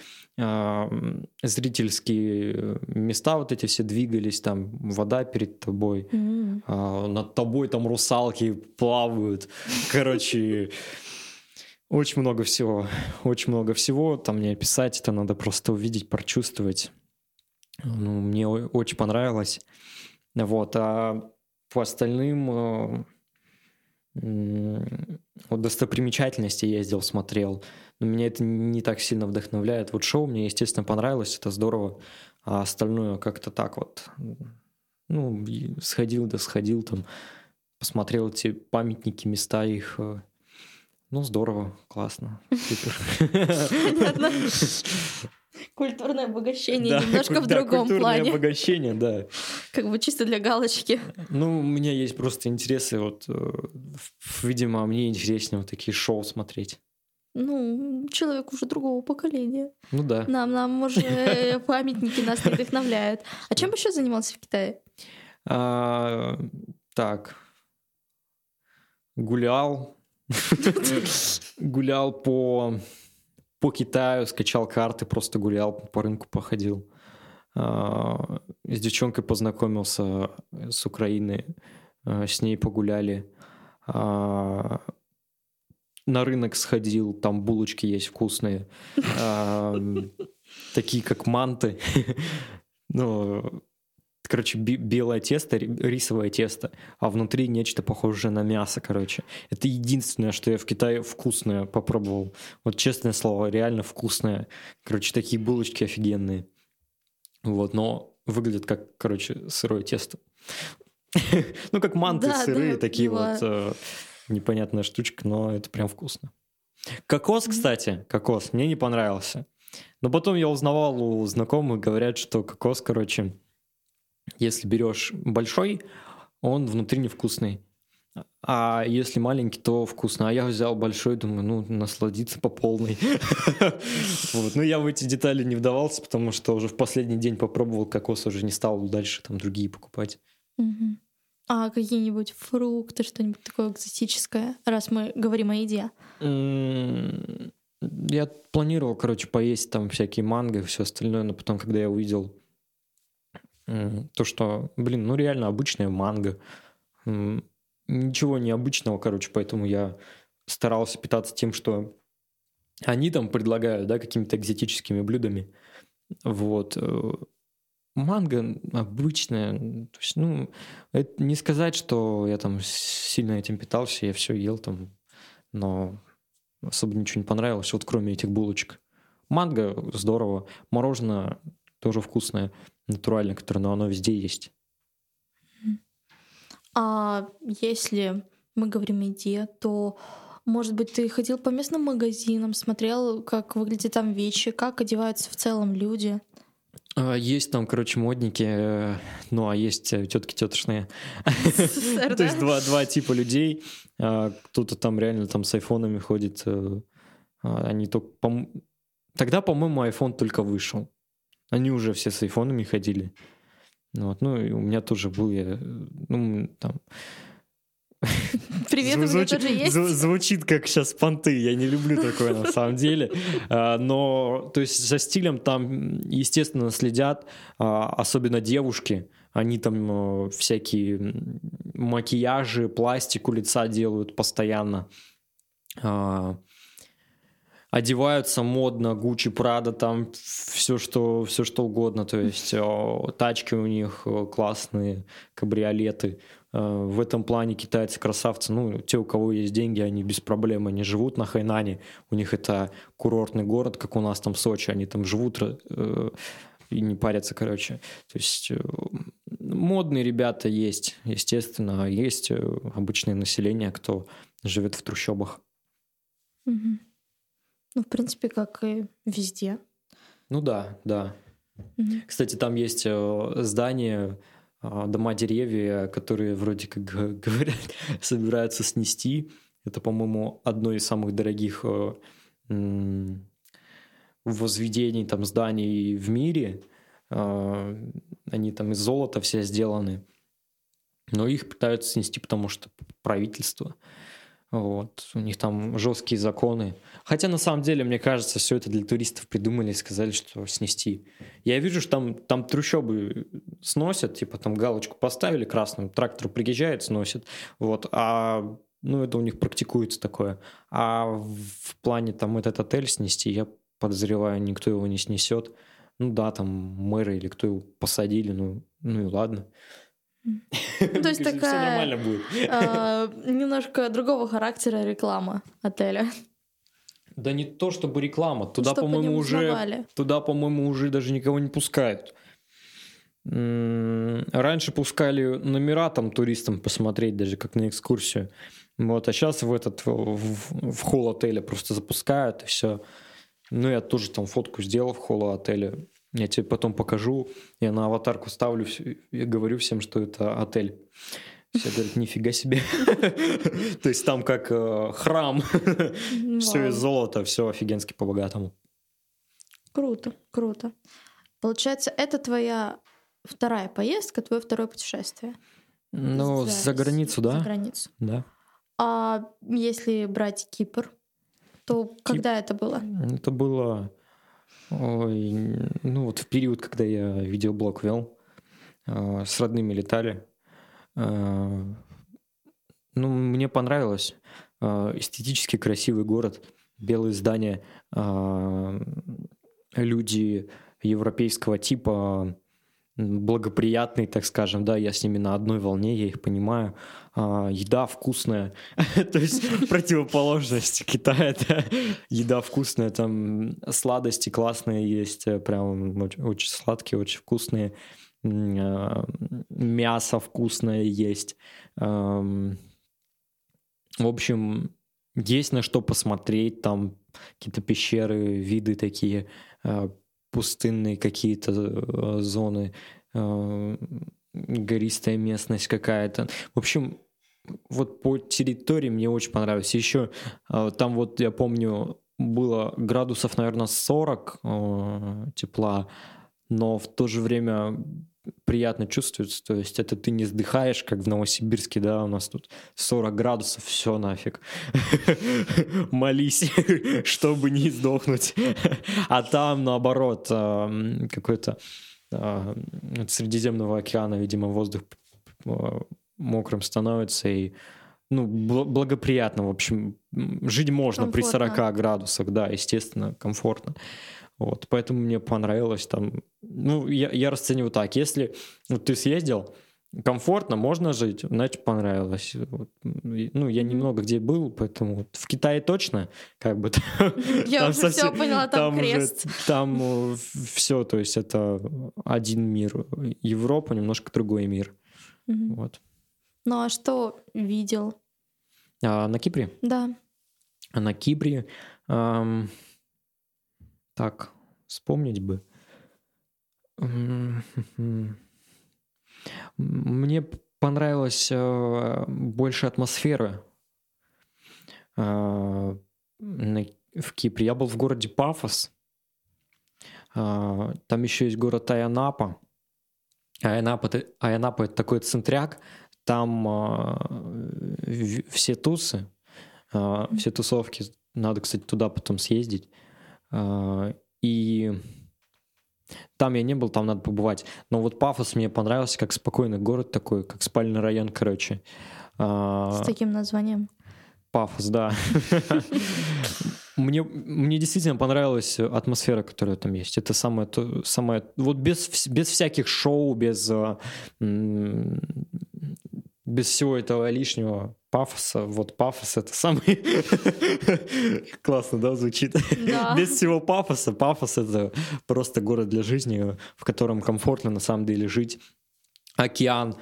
S2: зрительские места вот эти все двигались, там вода перед тобой, над тобой там русалки плавают, короче, очень много всего, там не описать, это надо просто увидеть, прочувствовать. Ну, мне очень понравилось, вот, а по остальным вот достопримечательности ездил, смотрел. Но меня это не так сильно вдохновляет. Вот шоу мне, естественно, понравилось, это здорово. А остальное как-то так вот. Ну, сходил там, посмотрел эти памятники, места их. Ну, здорово, классно, супер.
S1: Понятно. Культурное обогащение немножко в другом плане.
S2: Культурное обогащение, да.
S1: Как бы чисто для галочки.
S2: Ну, у меня есть просто интересы, вот, видимо, мне интереснее вот такие шоу смотреть.
S1: Ну, человек уже другого поколения.
S2: Ну да.
S1: Нам уже памятники нас не вдохновляют. А чем еще занимался в Китае?
S2: Так, гулял по по Китаю, скачал карты, просто гулял, по рынку походил. С девчонкой познакомился с Украины, с ней погуляли. На рынок сходил, там булочки есть вкусные, такие как манты. Ну, короче, белое тесто, рисовое тесто, а внутри нечто похожее на мясо, короче. Это единственное, что я в Китае вкусное попробовал. Вот честное слово, реально вкусное. Короче, такие булочки офигенные. Вот, но выглядят как, короче, сырое тесто. Ну, как манты сырые, такие вот непонятная штучка, но это прям вкусно. Кокос, кстати, кокос мне не понравился. Но потом я узнавал у знакомых, говорят, что кокос, короче, если берешь большой, он внутри невкусный. А если маленький, то вкусно. А я взял большой, думаю, ну, насладиться по полной. Ну, я в эти детали не вдавался, потому что уже в последний день попробовал кокос, уже не стал дальше там другие покупать.
S1: А какие-нибудь фрукты, что-нибудь такое экзотическое, раз мы говорим о еде?
S2: Я планировал, короче, поесть там всякие манго и все остальное, но потом, когда я увидел то, что, блин, ну реально обычная манго, ничего необычного, короче, поэтому я старался питаться тем, что они там предлагают, да, какими-то экзотическими блюдами. Вот. Манго обычная, то есть, ну, это не сказать, что я там сильно этим питался, я все ел там, но особо ничего не понравилось, вот кроме этих булочек. Манго здорово, мороженое тоже вкусное, натуральное, которое, но оно везде есть.
S1: А если мы говорим о еде, то, может быть, ты ходил по местным магазинам, смотрел, как выглядят там вещи, как одеваются в целом люди?
S2: Есть там, короче, модники, ну, а есть тетки тетушные. То есть два типа людей. Кто-то там реально там с айфонами ходит. Они только... Тогда, по-моему, айфон только вышел. Они уже все с айфонами ходили. Вот. Ну, и у меня тоже был, ну, там...
S1: Привет, у меня тоже есть.
S2: Звучит как сейчас понты, я не люблю такое на самом деле. Но, то есть, за стилем там, естественно, следят, особенно девушки. Они там всякие макияжи, пластику лица делают постоянно. Одеваются модно, Гуччи, Прада, там все что угодно. То есть тачки у них классные, кабриолеты. В этом плане китайцы красавцы. Ну, те, у кого есть деньги, они без проблем, они живут на Хайнане. У них это курортный город, как у нас там Сочи. Они там живут и не парятся, короче. То есть модные ребята есть, естественно. Есть обычное население, кто живет в трущобах.
S1: Угу. Ну, в принципе, как и везде.
S2: Ну да. Угу. Кстати, там есть здания, дома, деревья, которые вроде как говорят, собираются снести. Это, по-моему, одно из самых дорогих возведений, там, зданий в мире. Они там из золота все сделаны. Но их пытаются снести, потому что правительство. Вот. У них там жесткие законы. Хотя на самом деле, мне кажется, все это для туристов придумали и сказали, что снести. Я вижу, что там трущобы сносят, типа там галочку поставили красным, трактор приезжает, сносит. Вот. Ну, это у них практикуется такое. А в плане там этот отель снести, я подозреваю, никто его не снесет. Ну да, там мэры или кто его посадили, ну и ладно.
S1: То есть такая немножко другого характера реклама отеля.
S2: Да не то чтобы реклама, туда, по-моему, уже даже никого не пускают. Раньше пускали номера там туристам посмотреть, даже как на экскурсию. Вот, а сейчас в холл отеля просто запускают и все. Ну, я тоже там фотку сделал в холле отеля. Я тебе потом покажу. Я на аватарку ставлю и говорю всем, что это отель. Все говорят, нифига себе. То есть там как храм. Все из золота, все офигенски по-богатому.
S1: Круто. Получается, это твоя вторая поездка, твое второе путешествие?
S2: Ну, за границу, да.
S1: За границу.
S2: Да.
S1: А если брать Кипр, Что, когда это было?
S2: Это было вот в период, когда я видеоблог вел, с родными летали. Мне понравилось. Эстетически красивый город, белые здания, люди европейского типа, благоприятные, так скажем, да, я с ними на одной волне, я их понимаю. Еда вкусная, то есть противоположность Китая, да. Еда вкусная, там сладости классные есть, прям очень сладкие, очень вкусные, мясо вкусное есть. В общем, есть на что посмотреть, там какие-то пещеры, виды такие, пустынные какие-то зоны, гористая местность какая-то. В общем, вот по территории мне очень понравилось. Еще там вот, я помню, было градусов, наверное, 40 тепла, но в то же время приятно чувствуется, то есть это ты не сдыхаешь, как в Новосибирске, да, у нас тут 40 градусов, все нафиг. Молись, чтобы не сдохнуть. А там, наоборот, какой-то от Средиземного океана, видимо, воздух мокрым становится, и благоприятно, в общем, жить можно комфортно. При 40 градусах, да, естественно, комфортно. Вот, поэтому мне понравилось там. Я расцениваю так, если ты съездил, комфортно, можно жить, значит, понравилось. Я немного где был, поэтому в Китае точно, как бы.
S1: Я уже все поняла, там крест.
S2: Там все, то есть это один мир. Европа немножко другой мир. Вот.
S1: Ну а что видел?
S2: На Кипре?
S1: Да.
S2: На Кипре... Так, вспомнить бы. Мне понравилась больше атмосфера в Кипре. Я был в городе Пафос. Там еще есть город Айанапа. Айанапа — это такой центряк. Там все тусы, все тусовки. Надо, кстати, туда потом съездить. И там я не был, там надо побывать. Но вот Пафос мне понравился, как спокойный город такой, как спальный район, короче.
S1: С таким названием?
S2: Пафос, да. Мне действительно понравилась атмосфера, которая там есть. Это самое вот без всяких шоу, без всего этого лишнего пафоса. Вот пафос — это самый... Классно, да, звучит?
S1: Да.
S2: Без всего пафоса. Пафос — это просто город для жизни, в котором комфортно на самом деле жить. Океан,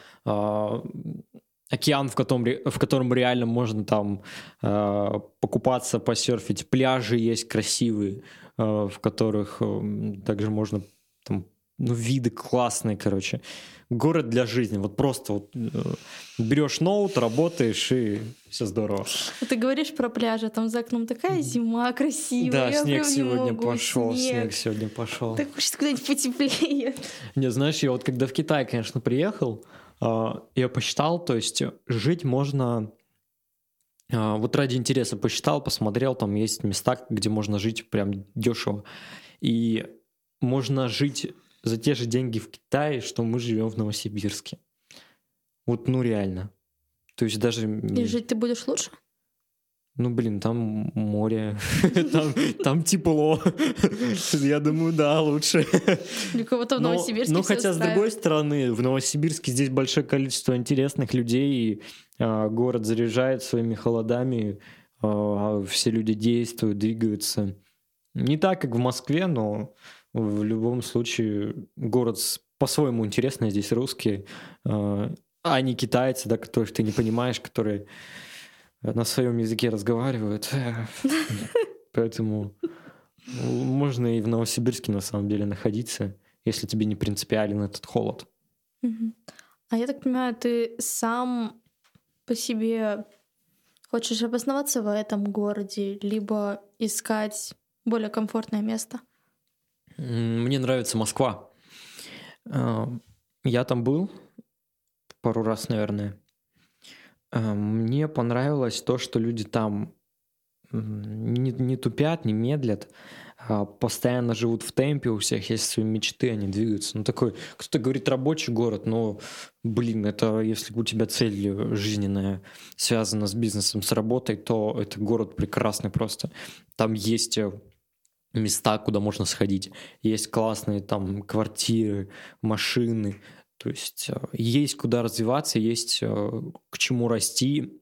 S2: в котором реально можно там покупаться, посерфить. Пляжи есть красивые, в которых также можно там, виды классные, короче. Город для жизни. Вот просто вот берешь ноут, работаешь, и все здорово.
S1: Ты говоришь про пляжи, там за окном такая зима красивая.
S2: Да, снег сегодня пошел. Снег сегодня пошел.
S1: Так хочется куда-нибудь потеплее.
S2: Не, знаешь, я вот когда в Китай, конечно, приехал, я посчитал, то есть жить можно... Вот ради интереса посчитал, посмотрел, там есть места, где можно жить прям дешево. И можно жить за те же деньги в Китае, что мы живем в Новосибирске. Вот, реально. То есть даже...
S1: И жить ты будешь лучше?
S2: Там море, там тепло. Я думаю, да, лучше.
S1: Для кого-то в Новосибирске всё
S2: хотя,
S1: устраивает.
S2: с другой стороны, в Новосибирске здесь большое количество интересных людей, и город заряжает своими холодами, все люди действуют, двигаются. Не так, как в Москве, но в любом случае город по-своему интересный, здесь русские, а не китайцы, да, которых ты не понимаешь, которые на своем языке разговаривают. Поэтому можно и в Новосибирске на самом деле находиться, если тебе не принципиален этот холод.
S1: А я так понимаю, ты сам по себе хочешь обосноваться в этом городе, либо искать более комфортное место?
S2: Мне нравится Москва. Я там был пару раз, наверное. Мне понравилось то, что люди там не тупят, не медлят, постоянно живут в темпе, у всех есть свои мечты, они двигаются. Ну, такой, кто-то говорит рабочий город, но, блин, это если у тебя цель жизненная связана с бизнесом, с работой, то это город прекрасный просто. Там есть места, куда можно сходить, есть классные там квартиры, машины, то есть есть куда развиваться, есть к чему расти.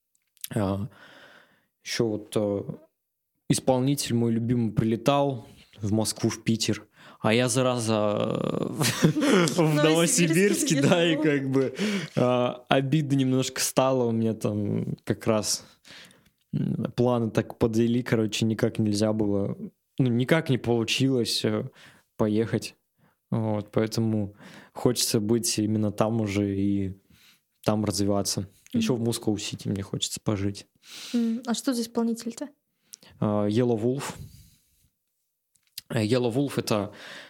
S2: Еще вот исполнитель мой любимый прилетал в Москву, в Питер, а я, зараза, в Новосибирске, да, и как бы обидно немножко стало, у меня там как раз планы так подвели, короче, никак нельзя было, ну, никак не получилось поехать, вот, поэтому хочется быть именно там уже и там развиваться. Еще в Москва-Сити мне хочется пожить.
S1: А что за исполнитель-то?
S2: Yellow Wolf. Yellow Wolf — это...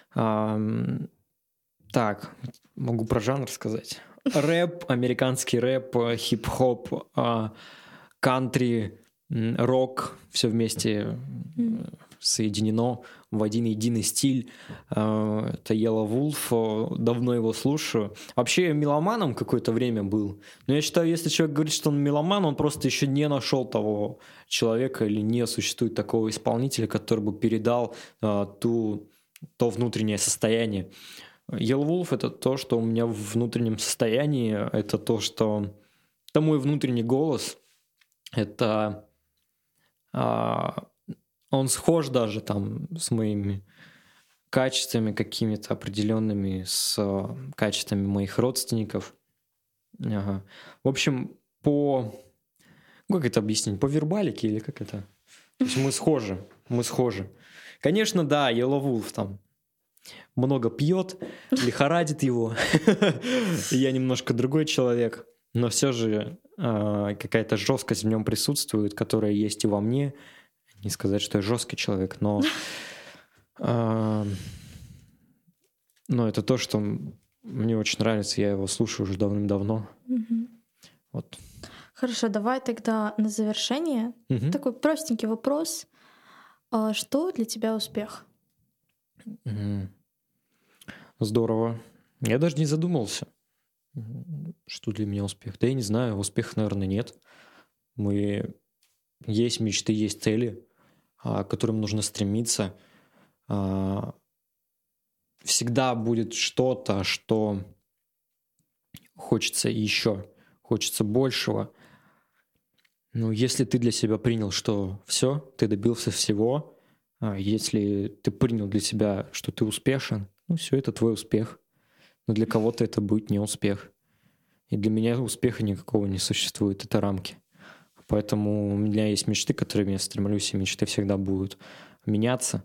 S2: так, могу про жанр сказать. Рэп, американский рэп, хип-хоп, кантри, рок, все вместе соединено в один единый стиль. Это Yellow Wolf, давно его слушаю. Вообще меломаном какое-то время был. Но я считаю, если человек говорит, что он меломан, он просто еще не нашел того человека или не существует такого исполнителя, который бы передал то внутреннее состояние. Yellow Wolf — это то, что у меня в внутреннем состоянии, это то, что... Это мой внутренний голос, это... Он схож даже там с моими качествами какими-то определенными, с качествами моих родственников. Ага. В общем, как это объяснить? По вербалике или как это? То есть мы схожи. Конечно, да, Yellow Wolf там много пьет, лихорадит его. Я немножко другой человек, но все же какая-то жесткость в нем присутствует, которая есть и во мне. Не сказать, что я жесткий человек, но это то, что мне очень нравится, я его слушаю уже давным-давно. Вот.
S1: Хорошо, давай тогда на завершение такой простенький вопрос. Что для тебя успех?
S2: Здорово. Я даже не задумывался, что для меня успех. Да я не знаю, успеха, наверное, нет. Есть мечты, есть цели, к которым нужно стремиться. Всегда будет что-то, что хочется еще, хочется большего. Но если ты для себя принял, что все, ты добился всего, если ты принял для себя, что ты успешен, все, это твой успех. Но для кого-то это будет не успех. И для меня успеха никакого не существует, это рамки. Поэтому у меня есть мечты, к которым я стремлюсь, и мечты всегда будут меняться.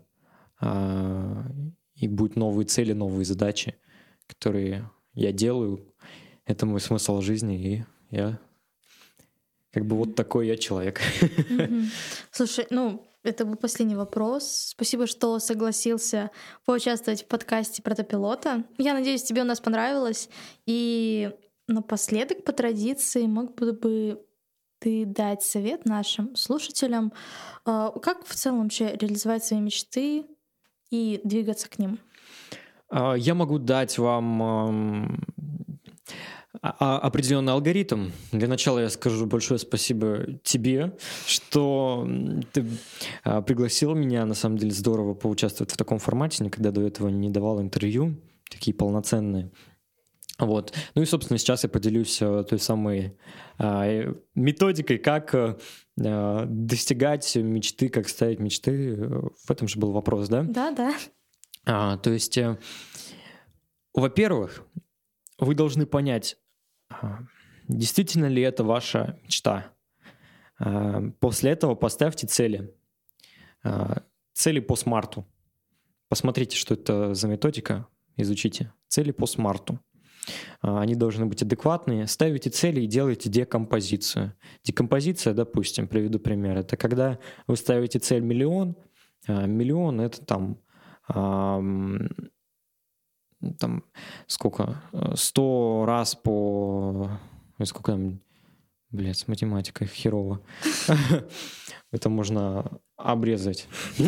S2: И будут новые цели, новые задачи, которые я делаю. Это мой смысл жизни, и я вот такой я человек.
S1: Слушай, это был последний вопрос. Спасибо, что согласился поучаствовать в подкасте «Протопилота». Я надеюсь, тебе у нас понравилось. И напоследок, по традиции, мог бы ты дать совет нашим слушателям, как в целом вообще реализовать свои мечты и двигаться к ним?
S2: Я могу дать вам определенный алгоритм. Для начала я скажу большое спасибо тебе, что ты пригласил меня. На самом деле здорово поучаствовать в таком формате. Никогда до этого не давал интервью, такие полноценные. Вот. Ну и, собственно, сейчас я поделюсь той самой методикой, как достигать мечты, как ставить мечты. В этом же был вопрос, да?
S1: Да.
S2: То есть, во-первых, вы должны понять, действительно ли это ваша мечта. После этого поставьте цели. Цели по смарту. Посмотрите, что это за методика, изучите. Цели по смарту. Они должны быть адекватные. Ставите цели и делайте декомпозицию. Декомпозиция, допустим, приведу пример. Это когда вы ставите цель 1 миллион. Миллион — это там сколько? 100 раз по... Сколько там? Блядь, с математикой херово. Это можно обрезать.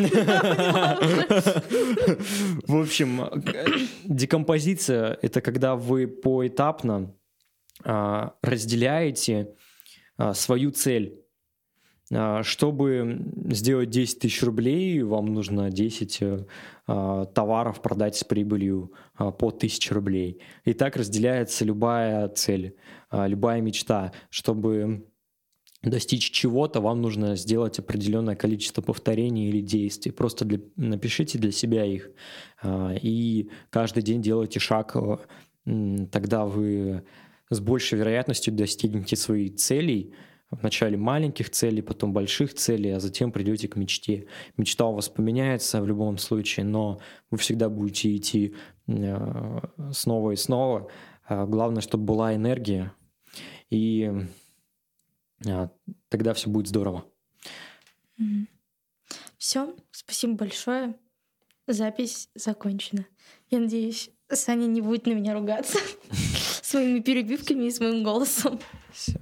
S2: В общем, декомпозиция — это когда вы поэтапно разделяете свою цель. Чтобы сделать 10 тысяч рублей, вам нужно 10 товаров продать с прибылью по 1000 рублей. И так разделяется любая цель, любая мечта. Чтобы достичь чего-то, вам нужно сделать определенное количество повторений или действий. Просто напишите для себя их. И каждый день делайте шаг. Тогда вы с большей вероятностью достигнете своих целей. Вначале маленьких целей, потом больших целей, а затем придете к мечте. Мечта у вас поменяется в любом случае, но вы всегда будете идти снова и снова. Главное, чтобы была энергия, и тогда все будет здорово.
S1: Все, спасибо большое. Запись закончена. Я надеюсь, Саня не будет на меня ругаться с моими перебивками и с моим голосом.
S2: Все.